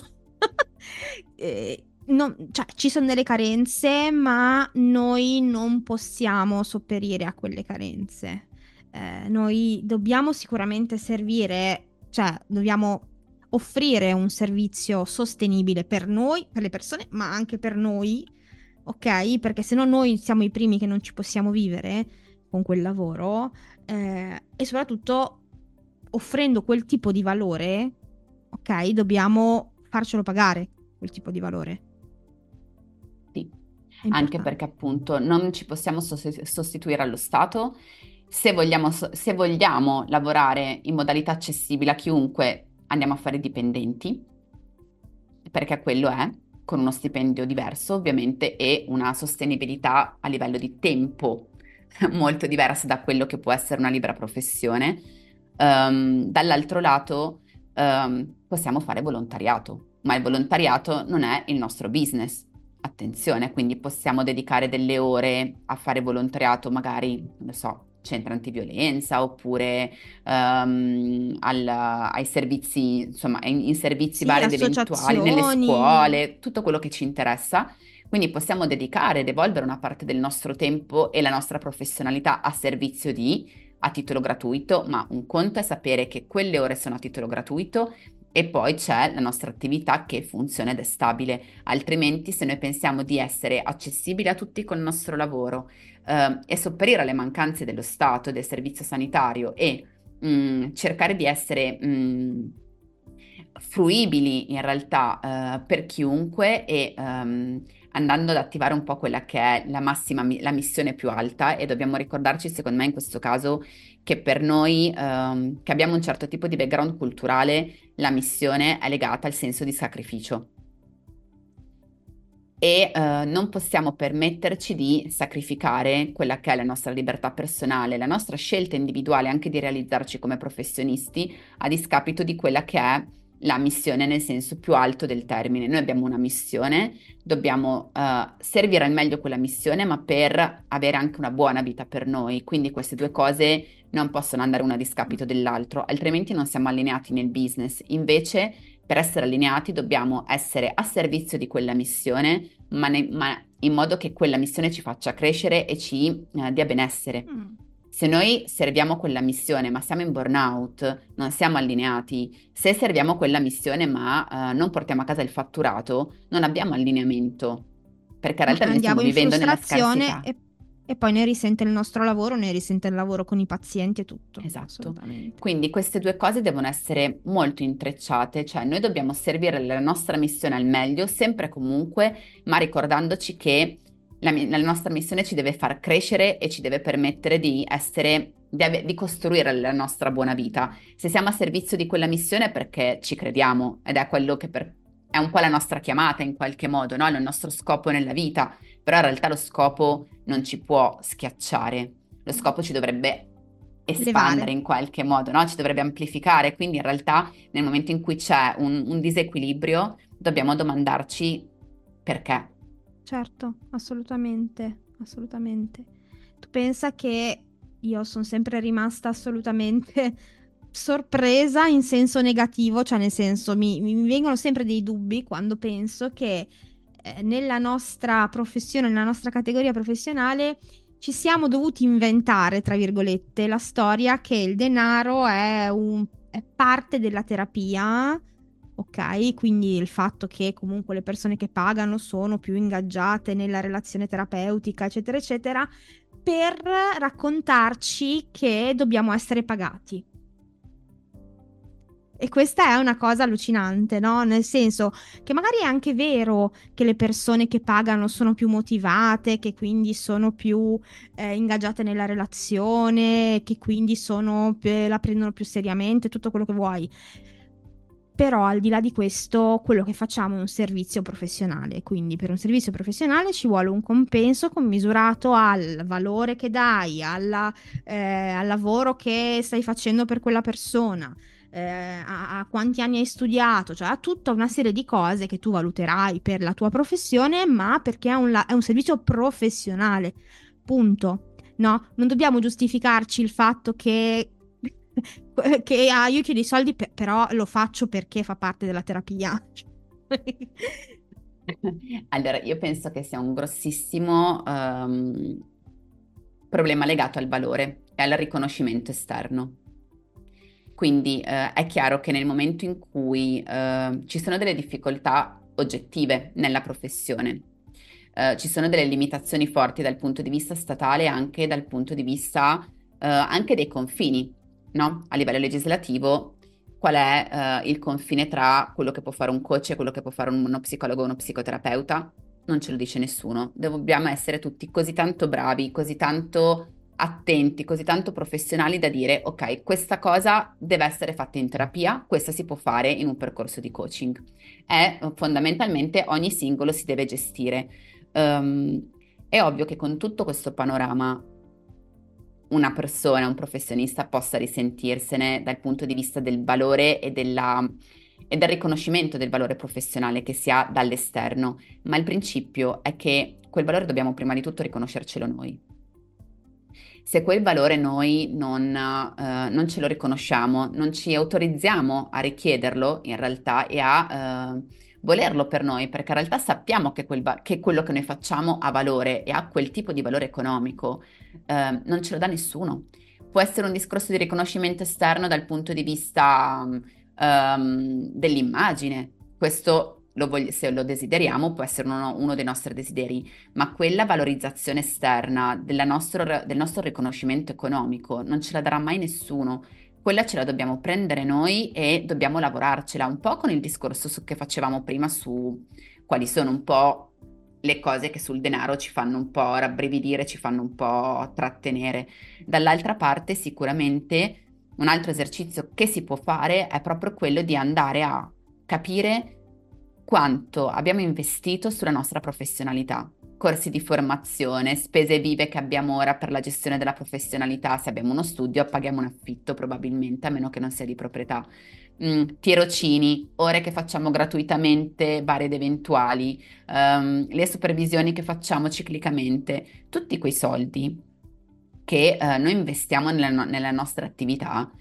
Eh, non- cioè, ci sono delle carenze, ma noi non possiamo sopperire a quelle carenze. Eh, noi dobbiamo sicuramente servire, cioè, dobbiamo offrire un servizio sostenibile per noi, per le persone, ma anche per noi, ok? Perché se no noi siamo i primi che non ci possiamo vivere con quel lavoro, eh, e soprattutto offrendo quel tipo di valore, ok? Dobbiamo farcelo pagare quel tipo di valore. Sì, È anche importante. perché appunto non ci possiamo sosti- sostituire allo Stato. Se vogliamo, so- se vogliamo lavorare in modalità accessibile a chiunque, andiamo a fare dipendenti, perché quello è, con uno stipendio diverso ovviamente e una sostenibilità a livello di tempo molto diversa da quello che può essere una libera professione. Ehm, dall'altro lato, ehm, possiamo fare volontariato, ma il volontariato non è il nostro business. Attenzione, quindi possiamo dedicare delle ore a fare volontariato, magari, non lo so, centro antiviolenza oppure ehm, al- ai servizi, insomma, in, in servizi Sì, vari ed eventuali, nelle associazioni. scuole, tutto quello che ci interessa. Quindi possiamo dedicare ed evolvere una parte del nostro tempo e la nostra professionalità a servizio di, a titolo gratuito, ma un conto è sapere che quelle ore sono a titolo gratuito e poi c'è la nostra attività che funziona ed è stabile. Altrimenti, se noi pensiamo di essere accessibili a tutti col nostro lavoro, eh, e sopperire alle mancanze dello Stato e del servizio sanitario e mh, cercare di essere mh, fruibili in realtà eh, per chiunque e ehm, andando ad attivare un po' quella che è la massima, mi- la missione più alta e dobbiamo ricordarci, secondo me, in questo caso, che per noi ehm, che abbiamo un certo tipo di background culturale, la missione è legata al senso di sacrificio e eh, non possiamo permetterci di sacrificare quella che è la nostra libertà personale, la nostra scelta individuale anche di realizzarci come professionisti a discapito di quella che è la missione nel senso più alto del termine. Noi abbiamo una missione, dobbiamo eh, servire al meglio quella missione, ma per avere anche una buona vita per noi. Quindi queste due cose non possono andare una a discapito dell'altro, altrimenti non siamo allineati nel business. Invece per essere allineati dobbiamo essere a servizio di quella missione, ma, ne- ma in modo che quella missione ci faccia crescere e ci eh, dia benessere. Mm. Se noi serviamo quella missione ma siamo in burnout, non siamo allineati, se serviamo quella missione ma eh, non portiamo a casa il fatturato, non abbiamo allineamento, perché in Ma realtà noi stiamo andiamo in vivendo nella frustrazione scarsità. e, e poi ne risente il nostro lavoro, ne risente il lavoro con i pazienti e tutto. Esatto. Assolutamente. Quindi queste due cose devono essere molto intrecciate, cioè noi dobbiamo servire la nostra missione al meglio, sempre e comunque, ma ricordandoci che la, mi- la nostra missione ci deve far crescere e ci deve permettere di essere, di, ave- di costruire la nostra buona vita. Se siamo a servizio di quella missione è perché ci crediamo ed è quello che per- è un po' la nostra chiamata in qualche modo, no? Il nostro scopo nella vita, però in realtà lo scopo non ci può schiacciare. Lo scopo ci dovrebbe espandere Levare, in qualche modo, no? Ci dovrebbe amplificare, quindi in realtà nel momento in cui c'è un, un disequilibrio dobbiamo domandarci perché. certo, assolutamente, assolutamente. Tu pensa che io sono sempre rimasta assolutamente sorpresa in senso negativo, cioè nel senso mi, mi vengono sempre dei dubbi quando penso che eh, nella nostra professione, nella nostra categoria professionale, ci siamo dovuti inventare, tra virgolette, la storia che il denaro è, un- è parte della terapia, ok? Quindi il fatto che comunque le persone che pagano sono più ingaggiate nella relazione terapeutica, eccetera, eccetera, per raccontarci che dobbiamo essere pagati. E questa è una cosa allucinante, no? Nel senso che magari è anche vero che le persone che pagano sono più motivate, che quindi sono più eh, ingaggiate nella relazione, che quindi sono, eh, la prendono più seriamente, tutto quello che vuoi. Però al di là di questo, quello che facciamo è un servizio professionale, quindi per un servizio professionale ci vuole un compenso commisurato al valore che dai, alla, eh, al lavoro che stai facendo per quella persona, eh, a, a quanti anni hai studiato, cioè a tutta una serie di cose che tu valuterai per la tua professione, ma perché è un, la- è un servizio professionale, punto. No, non dobbiamo giustificarci il fatto che, che ah, io chiedo i soldi, pe- però lo faccio perché fa parte della terapia. Allora, io penso che sia un grossissimo ehm, problema legato al valore e al riconoscimento esterno. Quindi eh, è chiaro che nel momento in cui eh, ci sono delle difficoltà oggettive nella professione, eh, ci sono delle limitazioni forti dal punto di vista statale e anche dal punto di vista eh, anche dei confini, no? A livello legislativo, qual è eh, il confine tra quello che può fare un coach e quello che può fare un- uno psicologo o uno psicoterapeuta? Non ce lo dice nessuno. Dobbiamo essere tutti così tanto bravi, così tanto attenti, così tanto professionali da dire, ok, questa cosa deve essere fatta in terapia, questa si può fare in un percorso di coaching. È fondamentalmente ogni singolo si deve gestire. Ehm, è ovvio che con tutto questo panorama una persona, un professionista possa risentirsene dal punto di vista del valore e, della- e del riconoscimento del valore professionale che si ha dall'esterno, ma il principio è che quel valore dobbiamo prima di tutto riconoscercelo noi. Se quel valore noi non, eh, non ce lo riconosciamo, non ci autorizziamo a richiederlo in realtà e a eh, volerlo per noi, perché in realtà sappiamo che, quel va- che quello che noi facciamo ha valore e ha quel tipo di valore economico, eh, non ce lo dà nessuno. Può essere un discorso di riconoscimento esterno dal punto di vista ehm, dell'immagine. Questo, lo vogli- se lo desideriamo, può essere uno uno dei nostri desideri, ma quella valorizzazione esterna della nostro- del nostro riconoscimento economico non ce la darà mai nessuno. Quella ce la dobbiamo prendere noi e dobbiamo lavorarcela, un po' con il discorso su- che facevamo prima su quali sono un po' le cose che sul denaro ci fanno un po' rabbrividire, ci fanno un po' trattenere. Dall'altra parte, sicuramente un altro esercizio che si può fare è proprio quello di andare a capire quanto abbiamo investito sulla nostra professionalità. Corsi di formazione, spese vive che abbiamo ora per la gestione della professionalità. Se abbiamo uno studio, paghiamo un affitto probabilmente, a meno che non sia di proprietà. Mm, tirocini, ore che facciamo gratuitamente, varie ed eventuali, ehm, le supervisioni che facciamo ciclicamente, tutti quei soldi che eh, noi investiamo nella, no- nella nostra attività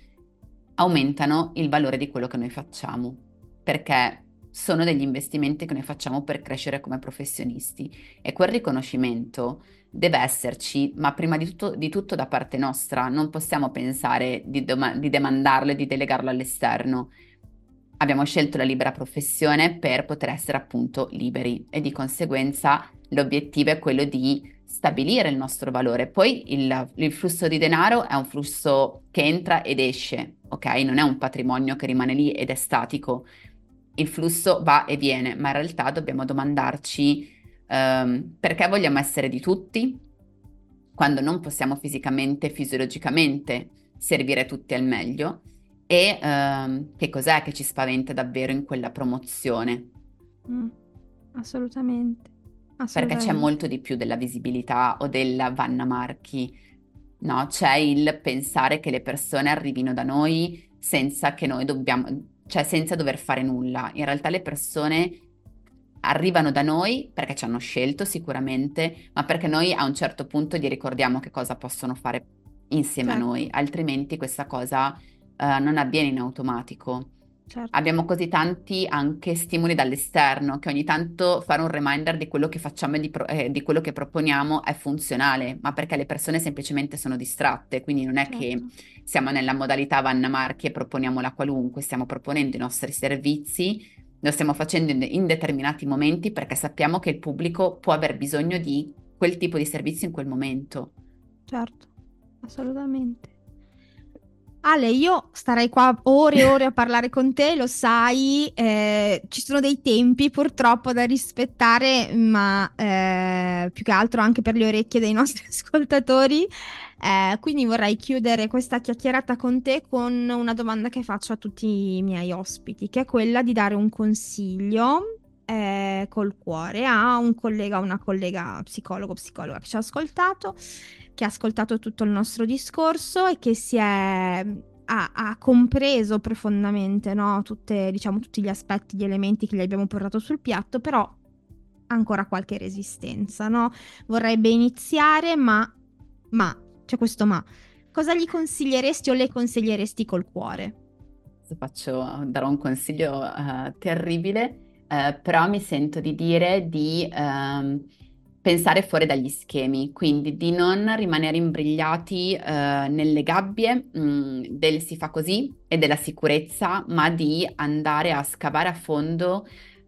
aumentano il valore di quello che noi facciamo, perché sono degli investimenti che noi facciamo per crescere come professionisti e quel riconoscimento deve esserci, ma prima di tutto, di tutto da parte nostra. Non possiamo pensare di, doma- di demandarlo e di delegarlo all'esterno. Abbiamo scelto la libera professione per poter essere appunto liberi e di conseguenza l'obiettivo è quello di stabilire il nostro valore. Poi il, il flusso di denaro è un flusso che entra ed esce, ok? Non è un patrimonio che rimane lì ed è statico. Il flusso va e viene, ma in realtà dobbiamo domandarci ehm, perché vogliamo essere di tutti quando non possiamo fisicamente e fisiologicamente servire tutti al meglio e ehm, che cos'è che ci spaventa davvero in quella promozione, Mm, assolutamente, perché c'è assolutamente. molto di più della visibilità o della Vanna Marchi, no? C'è il pensare che le persone arrivino da noi senza che noi dobbiamo, cioè senza dover fare nulla. In realtà le persone arrivano da noi perché ci hanno scelto sicuramente, ma perché noi a un certo punto gli ricordiamo che cosa possono fare insieme a Certo, noi, altrimenti questa cosa eh, non avviene in automatico. certo, Abbiamo così tanti anche stimoli dall'esterno che ogni tanto fare un reminder di quello che facciamo e di, pro- eh, di quello che proponiamo è funzionale, ma perché le persone semplicemente sono distratte, quindi non è che certo. siamo nella modalità Vanna Marchi e proponiamo la qualunque, stiamo proponendo i nostri servizi, lo stiamo facendo in, in determinati momenti perché sappiamo che il pubblico può aver bisogno di quel tipo di servizio in quel momento. Certo, assolutamente. Ale, io starei qua ore e ore a parlare con te, lo sai, eh, ci sono dei tempi purtroppo da rispettare, ma eh, più che altro anche per le orecchie dei nostri ascoltatori. Eh, quindi vorrei chiudere questa chiacchierata con te con una domanda che faccio a tutti i miei ospiti, che è quella di dare un consiglio eh, col cuore a un collega o una collega psicologo o psicologa che ci ha ascoltato, che ha ascoltato tutto il nostro discorso e che si è, ha, ha compreso profondamente, no, tutte, diciamo, tutti gli aspetti, gli elementi che gli abbiamo portato sul piatto, però ha ancora qualche resistenza, no? Vorrebbe iniziare, ma, ma, c'è questo ma. Cosa gli consiglieresti o le consiglieresti col cuore? Adesso faccio, darò un consiglio eh, terribile, eh, però mi sento di dire di ehm, pensare fuori dagli schemi, quindi di non rimanere imbrigliati eh, nelle gabbie mh, del si fa così e della sicurezza, ma di andare a scavare a fondo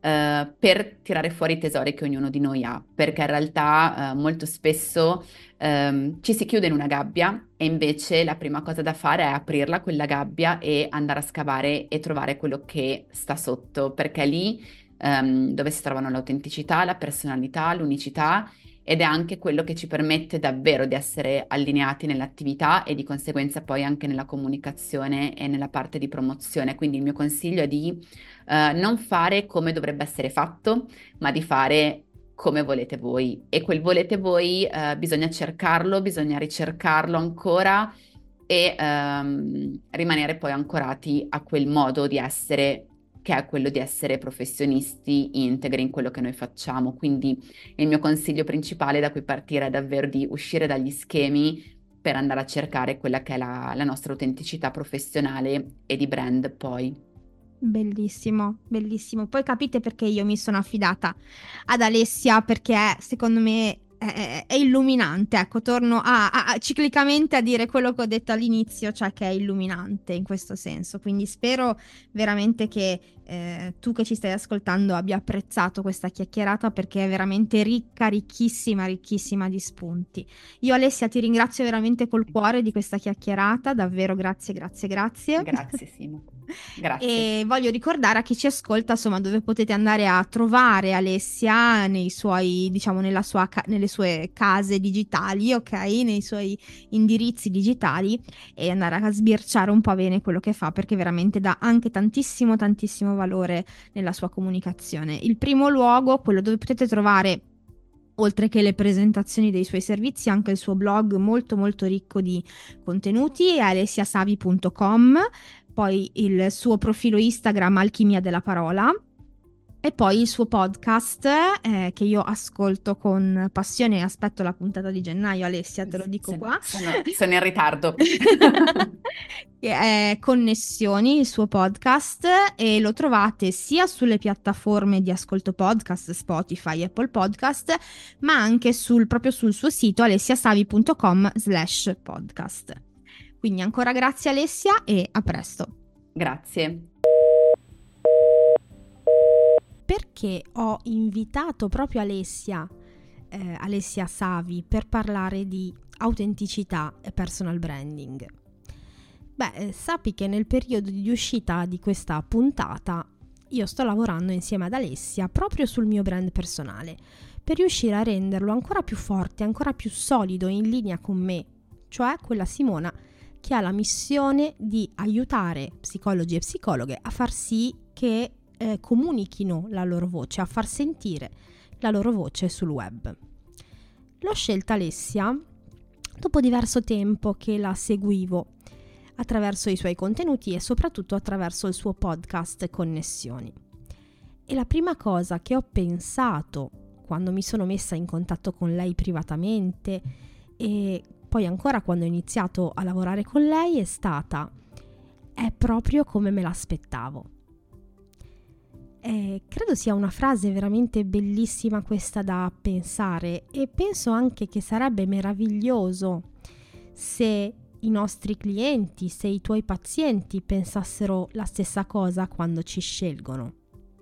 eh, per tirare fuori i tesori che ognuno di noi ha, perché in realtà eh, molto spesso ehm, ci si chiude in una gabbia e invece la prima cosa da fare è aprirla, quella gabbia, e andare a scavare e trovare quello che sta sotto, perché è lì ehm, dove si trovano l'autenticità, la personalità, l'unicità, ed è anche quello che ci permette davvero di essere allineati nell'attività e di conseguenza poi anche nella comunicazione e nella parte di promozione. Quindi il mio consiglio è di eh, non fare come dovrebbe essere fatto, ma di fare come volete voi. E quel volete voi eh, bisogna cercarlo, bisogna ricercarlo ancora e ehm, rimanere poi ancorati a quel modo di essere, che è quello di essere professionisti integri in quello che noi facciamo. Quindi il mio consiglio principale da cui partire è davvero di uscire dagli schemi per andare a cercare quella che è la, la nostra autenticità professionale e di brand poi. Bellissimo, bellissimo. Poi capite perché io mi sono affidata ad Alessia, perché secondo me è, è illuminante. Ecco, torno a, a- a- ciclicamente a dire quello che ho detto all'inizio, cioè che è illuminante in questo senso. Quindi spero veramente che eh, tu che ci stai ascoltando abbia apprezzato questa chiacchierata, perché è veramente ricca, ricchissima, ricchissima di spunti. Io Alessia ti ringrazio veramente col cuore di questa chiacchierata, davvero grazie, grazie, grazie. Grazie Simo, grazie. E voglio ricordare a chi ci ascolta, insomma, dove potete andare a trovare Alessia nei suoi, diciamo, nella sua ca- nelle sue case digitali, ok? Nei suoi indirizzi digitali, e andare a sbirciare un po' bene quello che fa, perché veramente dà anche tantissimo, tantissimo valore nella sua comunicazione. Il primo luogo, quello dove potete trovare, oltre che le presentazioni dei suoi servizi, anche il suo blog molto molto ricco di contenuti, è alessiasavi punto com, poi il suo profilo Instagram Alchimia della Parola, e poi il suo podcast eh, che io ascolto con passione e aspetto la puntata di gennaio. Alessia, te lo dico Sono, qua. sono- sono in ritardo. Che è Connessioni, il suo podcast, e lo trovate sia sulle piattaforme di ascolto podcast, Spotify, Apple Podcast, ma anche sul, proprio sul suo sito alessiasavi punto com slash podcast. Quindi ancora grazie Alessia e a presto. Grazie. Perché ho invitato proprio Alessia, eh, Alessia Savi, per parlare di autenticità e personal branding? Beh, eh, sappi che nel periodo di uscita di questa puntata io sto lavorando insieme ad Alessia proprio sul mio brand personale, per riuscire a renderlo ancora più forte, ancora più solido, in linea con me, cioè quella Simona che ha la missione di aiutare psicologi e psicologhe a far sì che eh, comunichino la loro voce, a far sentire la loro voce sul web. L'ho scelta Alessia dopo diverso tempo che la seguivo attraverso i suoi contenuti e soprattutto attraverso il suo podcast Connessioni. E la prima cosa che ho pensato quando mi sono messa in contatto con lei privatamente, e poi ancora quando ho iniziato a lavorare con lei, è stata: è proprio come me l'aspettavo. Eh, credo sia una frase veramente bellissima questa da pensare, e penso anche che sarebbe meraviglioso se i nostri clienti, se i tuoi pazienti pensassero la stessa cosa quando ci scelgono.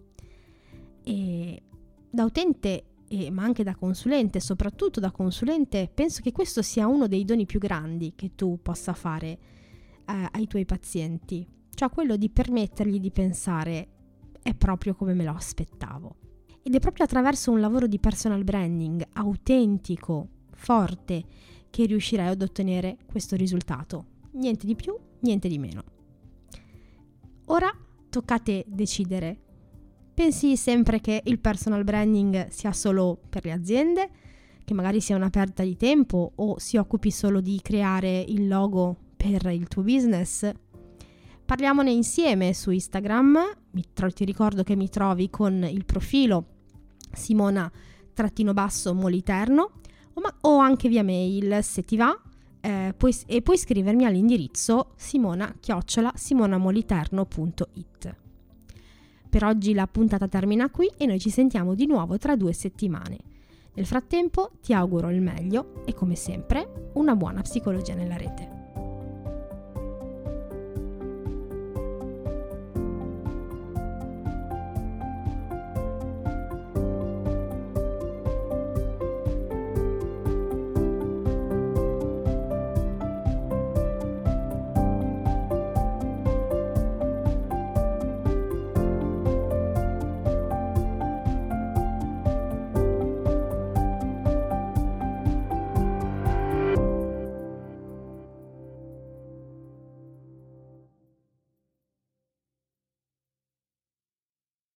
E da utente, e, ma anche da consulente, soprattutto da consulente, penso che questo sia uno dei doni più grandi che tu possa fare eh, ai tuoi pazienti, cioè quello di permettergli di pensare: è proprio come me lo aspettavo. Ed è proprio attraverso un lavoro di personal branding autentico, forte, che riuscirai ad ottenere questo risultato. Niente di più, niente di meno. Ora tocca a te decidere. Pensi sempre che il personal branding sia solo per le aziende, che magari sia una perdita di tempo, o si occupi solo di creare il logo per il tuo business? Parliamone insieme su Instagram. Mi tro- ti ricordo che mi trovi con il profilo Simona-Moliterno, o, ma- o anche via mail se ti va, eh, puoi, e puoi scrivermi all'indirizzo simona chiocciola simonamoliterno punto it. Per oggi la puntata termina qui e noi ci sentiamo di nuovo tra due settimane. Nel frattempo ti auguro il meglio e, come sempre, una buona psicologia nella rete.